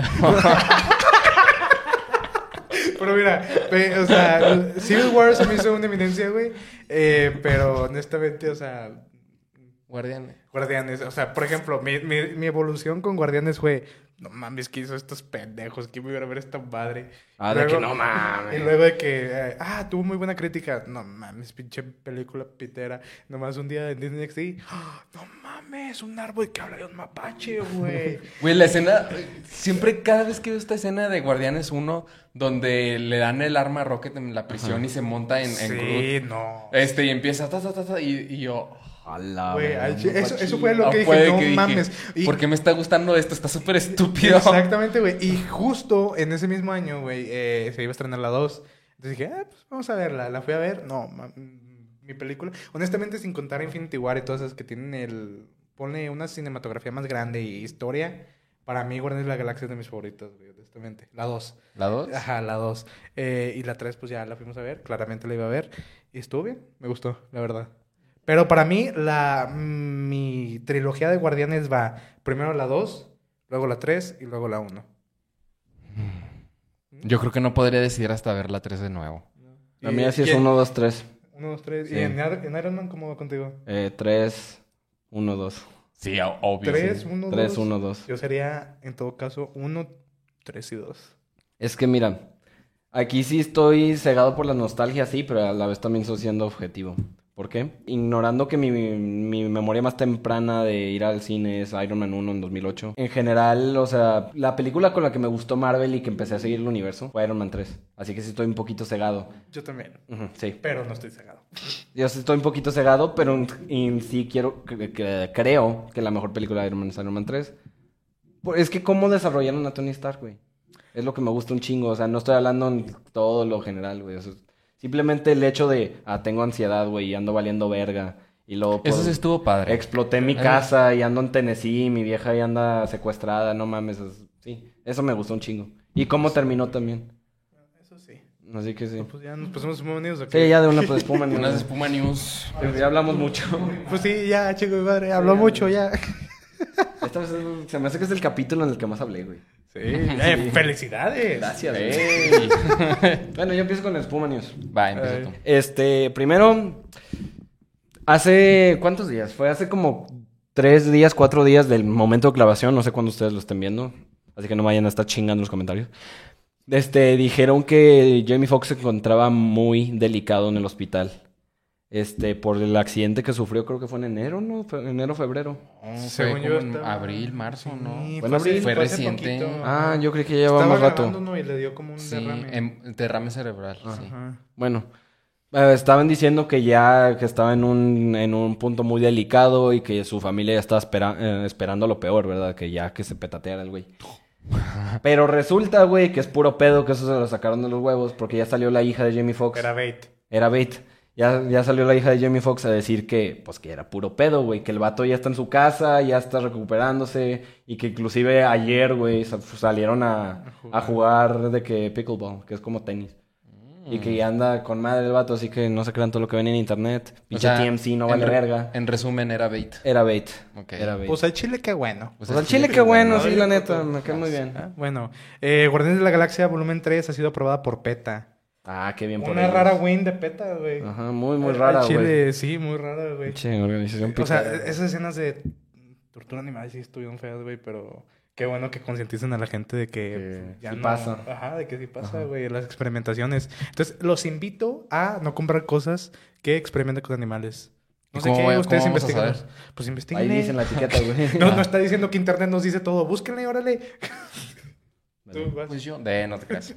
Pero mira, o sea, Civil War se me hizo una eminencia, güey. Pero honestamente, o sea, Guardianes. Guardianes, o sea, por ejemplo, mi evolución con Guardianes fue, no mames, ¿qué hizo estos pendejos? ¿Quién me iba a ver esta madre? De que no mames. Y luego de que, tuvo muy buena crítica. No mames, pinche película pitera. Nomás un día en Disney XD, no mames, un árbol que habla de un mapache, güey. Güey, la escena... Siempre, cada vez que veo esta escena de Guardianes 1, donde le dan el arma a Rocket en la prisión y se monta en Groot. Sí, no. Y empieza... y yo... A la Güey, verga, eso fue lo Ah, que puede dije, no que dije, mames. ¿por qué me está gustando esto? Está súper estúpido. Exactamente, güey. Y justo en ese mismo año, güey, se iba a estrenar la 2. Entonces dije, pues vamos a verla. La fui a ver. No, mi película. Honestamente, sin contar Infinity War y todas esas que tienen pone una cinematografía más grande y historia. Para mí, Guardianes de la Galaxia es de mis favoritos, güey, honestamente. La 2. ¿La 2? Ajá, la 2. Y la 3, pues ya la fuimos a ver. Claramente la iba a ver. Y estuvo bien. Me gustó, la verdad. Pero para mí, mi trilogía de Guardianes va primero la 2, luego la 3 y luego la 1. Yo creo que no podría decidir hasta ver la 3 de nuevo. A mí así es 1, 2, 3. 1, 2, 3. Sí. ¿Y en Iron Man cómo va contigo? 3, 1, 2. Sí, obvio. 3, sí. 1, 2. 3, 1, 2. Yo sería, en todo caso, 1, 3 y 2. Es que mira, Aquí sí estoy cegado por la nostalgia, sí, pero a la vez también estoy siendo objetivo. ¿Por qué? Ignorando que mi memoria más temprana de ir al cine es Iron Man 1 en 2008. En general, o sea, la película con la que me gustó Marvel y que empecé a seguir el universo fue Iron Man 3. Así que sí estoy un poquito cegado. Yo también. Sí. Pero no estoy cegado. Yo sí estoy un poquito cegado, pero sí creo que la mejor película de Iron Man es Iron Man 3. Es que cómo desarrollaron a Tony Stark, güey. Es lo que me gusta un chingo. O sea, no estoy hablando en todo lo general, güey. O sea, simplemente el hecho de, tengo ansiedad, güey, y ando valiendo verga. Y luego, Eso sí estuvo padre. Exploté mi casa y ando en Tennessee y mi vieja ya anda secuestrada. No mames, sí. Eso me gustó un chingo. Y cómo terminó también. Eso sí. Así que sí. Pues ya nos pusimos Espuma News, ¿o qué? Sí, ya de una pues, espuma. Unas Espuma News. Ya hablamos mucho. Pues sí, ya, chico, mi madre. Habló mucho, ya. Esta vez se me hace que es el capítulo en el que más hablé, güey. Sí. ¡Felicidades! Gracias, güey. Ey. Bueno, yo empiezo con el Espuma News. Va, empieza tú. Primero, hace, ¿cuántos días? Fue hace como 3 días, 4 días del momento de clavación. No sé cuándo ustedes lo estén viendo. Así que no vayan a estar chingando en los comentarios. Dijeron que Jamie Foxx se encontraba muy delicado en el hospital. Por el accidente que sufrió, creo que fue en enero, ¿no? Enero, febrero. Según Fue yo como en estaba- abril, marzo, ¿no? Sí, Bueno, abril, fue hace reciente. poquito. Yo creí que ya llevaba Estaba más rato. grabando uno y le dio como un Sí, derrame. derrame cerebral, sí. Ajá. Bueno, estaban diciendo que estaba en un punto muy delicado y que su familia ya estaba esperando lo peor, ¿verdad? Que se petateara el güey. Pero resulta, güey, que es puro pedo, que eso se lo sacaron de los huevos, porque ya salió la hija de Jamie Foxx. Era bait. Ya salió la hija de Jamie Foxx a decir que era puro pedo, güey. Que el vato ya está en su casa, ya está recuperándose. Y que inclusive ayer, güey, salieron a jugar de que pickleball, que es como tenis. Y que ya anda con madre el vato, así que no se crean todo lo que ven en internet. Pinche TMC no vale verga. En resumen, era bait. Era bait. Ok. Era bait. Pues al chile, qué bueno. Pues al chile, qué bueno, sí, Oye, la neta. pues, Me cae muy bien. Bueno, Guardianes de la Galaxia Volumen 3 ha sido aprobada por PETA. Qué bien por Una ellos. rara win de PETA, güey. Ajá, muy Al rara, güey. chile, sí, muy rara, güey. Pinche organización O sea, picada. esas escenas de tortura animal sí estuvieron feas, güey, pero qué bueno que concienticen a la gente de que sí pasa. Ajá, de que sí pasa, güey, las experimentaciones. Entonces, los invito a no comprar cosas que experimenten con animales. No ¿Y sé cómo qué, voy- ustedes cómo vamos a investiguen. saber? Pues investiguen. Ahí dice en la etiqueta, güey. No está diciendo que internet nos dice todo. Búsquenle, órale. Tú vas. Pues yo, no te creas.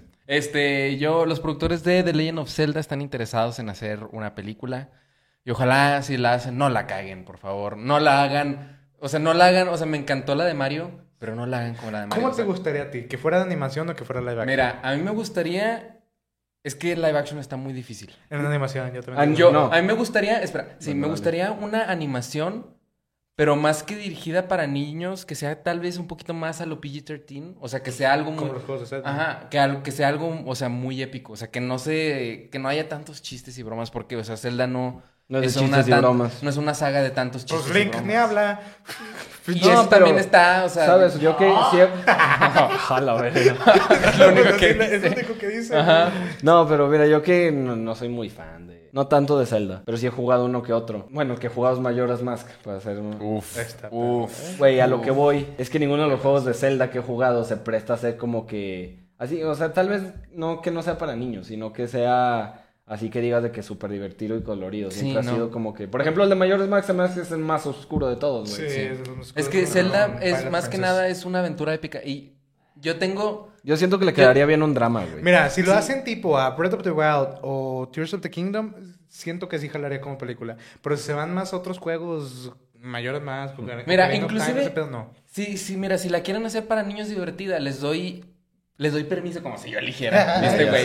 Los productores de The Legend of Zelda están interesados en hacer una película. Y ojalá si la hacen, no la caguen, por favor. No la hagan. O sea, me encantó la de Mario, pero no la hagan como la de Mario. ¿Cómo o sea, te gustaría a ti? ¿Que fuera de animación o que fuera live action? Mira, a mí me gustaría. Es que live action está muy difícil. En animación, yo también. No. A mí me gustaría. Espera, sí, Bueno, me dale. gustaría una animación, pero más que dirigida para niños, que sea tal vez un poquito más a lo PG-13. O sea, que sea algo muy. Como los juegos de Zelda. Ajá, que sea algo, o sea, muy épico. O sea, que no haya tantos chistes y bromas, porque, o sea, Zelda no es de chistes y bromas. no es una saga de tantos chistes Pues Link y ni bromas. habla. Y No, eso pero, también está, o sea... ¿Sabes? Yo que sí... Jala, güey. es lo único que Es lo dice. único que dice. Ajá. No, pero mira, yo que no soy muy fan de... No tanto de Zelda, pero sí he jugado uno que otro. Bueno, el que he jugado es Majora's Mask, para hacer un... Uf, Está uf. Güey, a lo que voy es que ninguno de los juegos de Zelda que he jugado se presta a ser como que... Así, o sea, tal vez no que no sea para niños, sino que sea... Así que digas de que es súper divertido y colorido. Siempre Sí, ha no. sido como que... Por ejemplo, el de Majora's Mask se me hace que es el más oscuro de todos, güey. Sí, Es que Zelda es Twilight más que Princess. nada es una aventura épica. Y yo tengo... Yo siento que le quedaría bien un drama, güey. Mira, si lo hacen tipo a Breath of the Wild o Tears of the Kingdom, siento que sí jalaría como película. Pero si se van más a otros juegos mayores más... Mira, Ocarina of inclusive- Time, ese pedo no. Sí, mira, si la quieren hacer para niños divertida, les doy permiso como si yo eligiera. Ya Güey.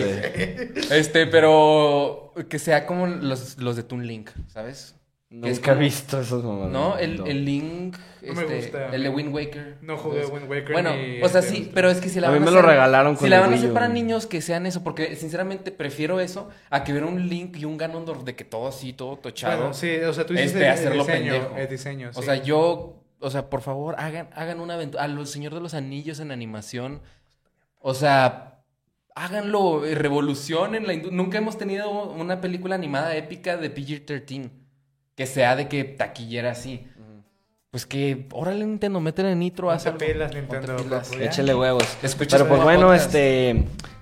sé. Pero que sea como los de Toon Link, ¿sabes? Que es Nunca he como- visto esos momentos. No, el Link, No me gusta. el de Wind Waker. No jugué Wind Waker Bueno, ni o sea, este sí, otro. pero es que si la A mí van a me lo hacer- regalaron con Si la el van a Wii hacer U. para niños, que sean eso, porque sinceramente prefiero eso a que ver un Link y un Ganondorf de que todo así, todo tochado. Bueno, sí, o sea, tú dices hacerlo diseño, pendejo. el diseño, sí. O sea, por favor, hagan una aventura. A los Señor de los Anillos en animación. O sea, háganlo, revolucionen la industria. Nunca hemos tenido una película animada épica de PG-13 que sea de que taquillera así. Pues que, órale, Nintendo, métele nitro, No haz te algo. pilas, Nintendo, No te pilas. papu, ya. Échele huevos. Escuchas Pero pues como bueno, podcast.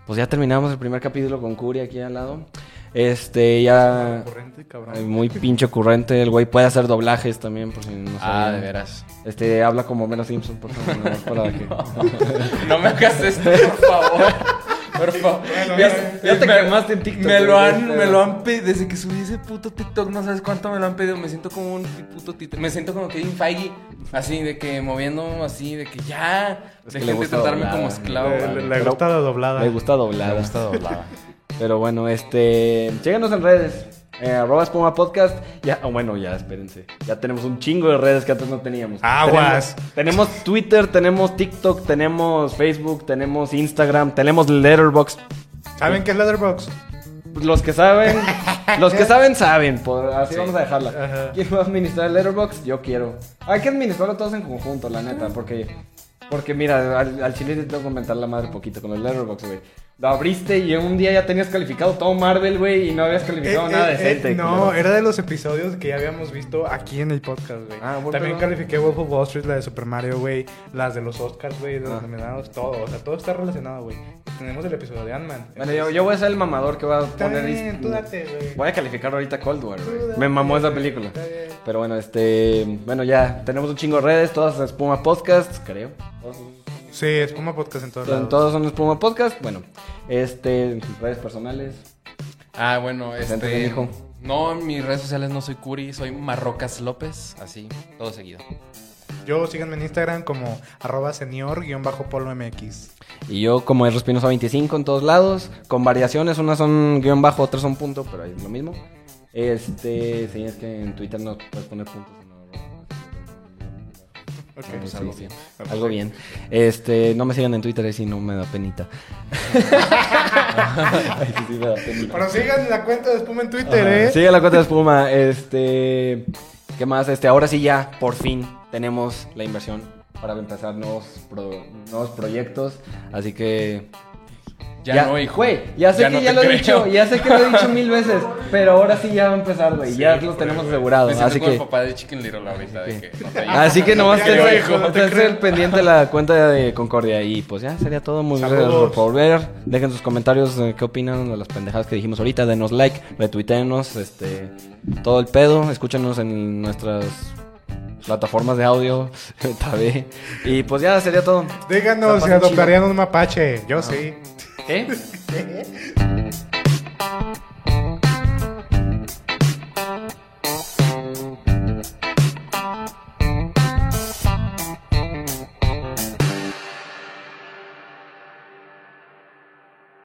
pues ya terminamos el primer capítulo con Curi aquí al lado. Ya... Ocurrente, cabrón. Muy pinche ocurrente. El güey puede hacer doblajes también, por si no sabían. de veras. Habla como Homero Simpson, por favor. Para que... No me hagas esto, por favor. Por favor. Ya te quemaste en TikTok. Me lo han pedido. Desde que subí ese puto TikTok, no sabes cuánto me lo han pedido. Me siento como un puto títere. Me siento como Kevin Feige. Así, de que moviendo así, de que ya. Es De que le gente gusta tratarme doblada. como esclavo. Le gusta la doblada. Le gusta doblada. Me gusta doblada. Pero bueno, síganos en redes. @Espuma Podcast. Ya, bueno, ya, espérense. Ya tenemos un chingo de redes que antes no teníamos. Aguas. Tenemos Twitter, tenemos TikTok, tenemos Facebook, tenemos Instagram, tenemos Letterboxd. ¿Saben qué es Letterboxd? Los que saben, saben. Así vamos a dejarla. Ajá. ¿Quién va a administrar el Letterboxd? Yo quiero. Hay que administrarlo todos en conjunto, la neta, porque mira, al chile te tengo que comentar la madre poquito con el Letterboxd, güey. Lo abriste y un día ya tenías calificado todo Marvel, güey, y no habías calificado nada decente. No, culero. era de los episodios que ya habíamos visto aquí en el podcast, güey. Ah, bueno, También ¿no? califiqué Wolf of Wall Street, la de Super Mario, güey. Las de los Oscars, güey, de los nominados, todo. O sea, todo está relacionado, güey. Tenemos el episodio de Ant-Man. Bueno, yo voy a ser el mamador que va a Está poner... bien, tú date, güey. Voy a calificar ahorita Cold War, Tú güey. date, Me mamó esa güey. película. Está bien. Pero bueno, bueno, ya tenemos un chingo de redes, todas Espuma Podcast, creo. Sí, Espuma Podcast en todos lados. Todos son Espuma Podcast. Bueno, redes personales. Bueno, Preséntate, mijo. No, en mis redes sociales no soy Curi, soy Marrocas López. Así, todo seguido. Yo síganme en Instagram como @senior_polo_mx. Y yo como Espinosa25 en todos lados, con variaciones, unas son guión bajo, otras son punto, pero es lo mismo. Sí, es que en Twitter no puedes poner puntos. Ok, Pues algo sí, bien. sí. Algo bien. No me sigan en Twitter, si no me da penita. Ay, sí, me da penita. Pero sigan la cuenta de Espuma en Twitter, Sigue la cuenta de Espuma. ¿Qué más? Ahora sí ya, por fin, tenemos la inversión para empezar nuevos proyectos. Así que... Ya no, hijo. Güey, ya sé Ya que no ya te lo he creo. dicho, ya sé que lo he dicho 1000 veces, pero ahora sí ya va a empezar, güey. Sí, ya lo tenemos asegurado. Me siento Así como que... el papá de Chicken Little ahorita, de que no te Así que nomás Ya yo, hijo, no te tense creo. el pendiente de la cuenta de Concordia. Y pues ya sería todo. Muy gracias Saludos. por ver. Dejen sus comentarios qué opinan de las pendejadas que dijimos ahorita. Denos like, retuiteenos, todo el pedo. Escúchenos en nuestras plataformas de audio, tabé. Y pues ya sería todo. Díganos si La pasen adoptarían un mapache. Yo sí. ¿Qué? ¿Qué?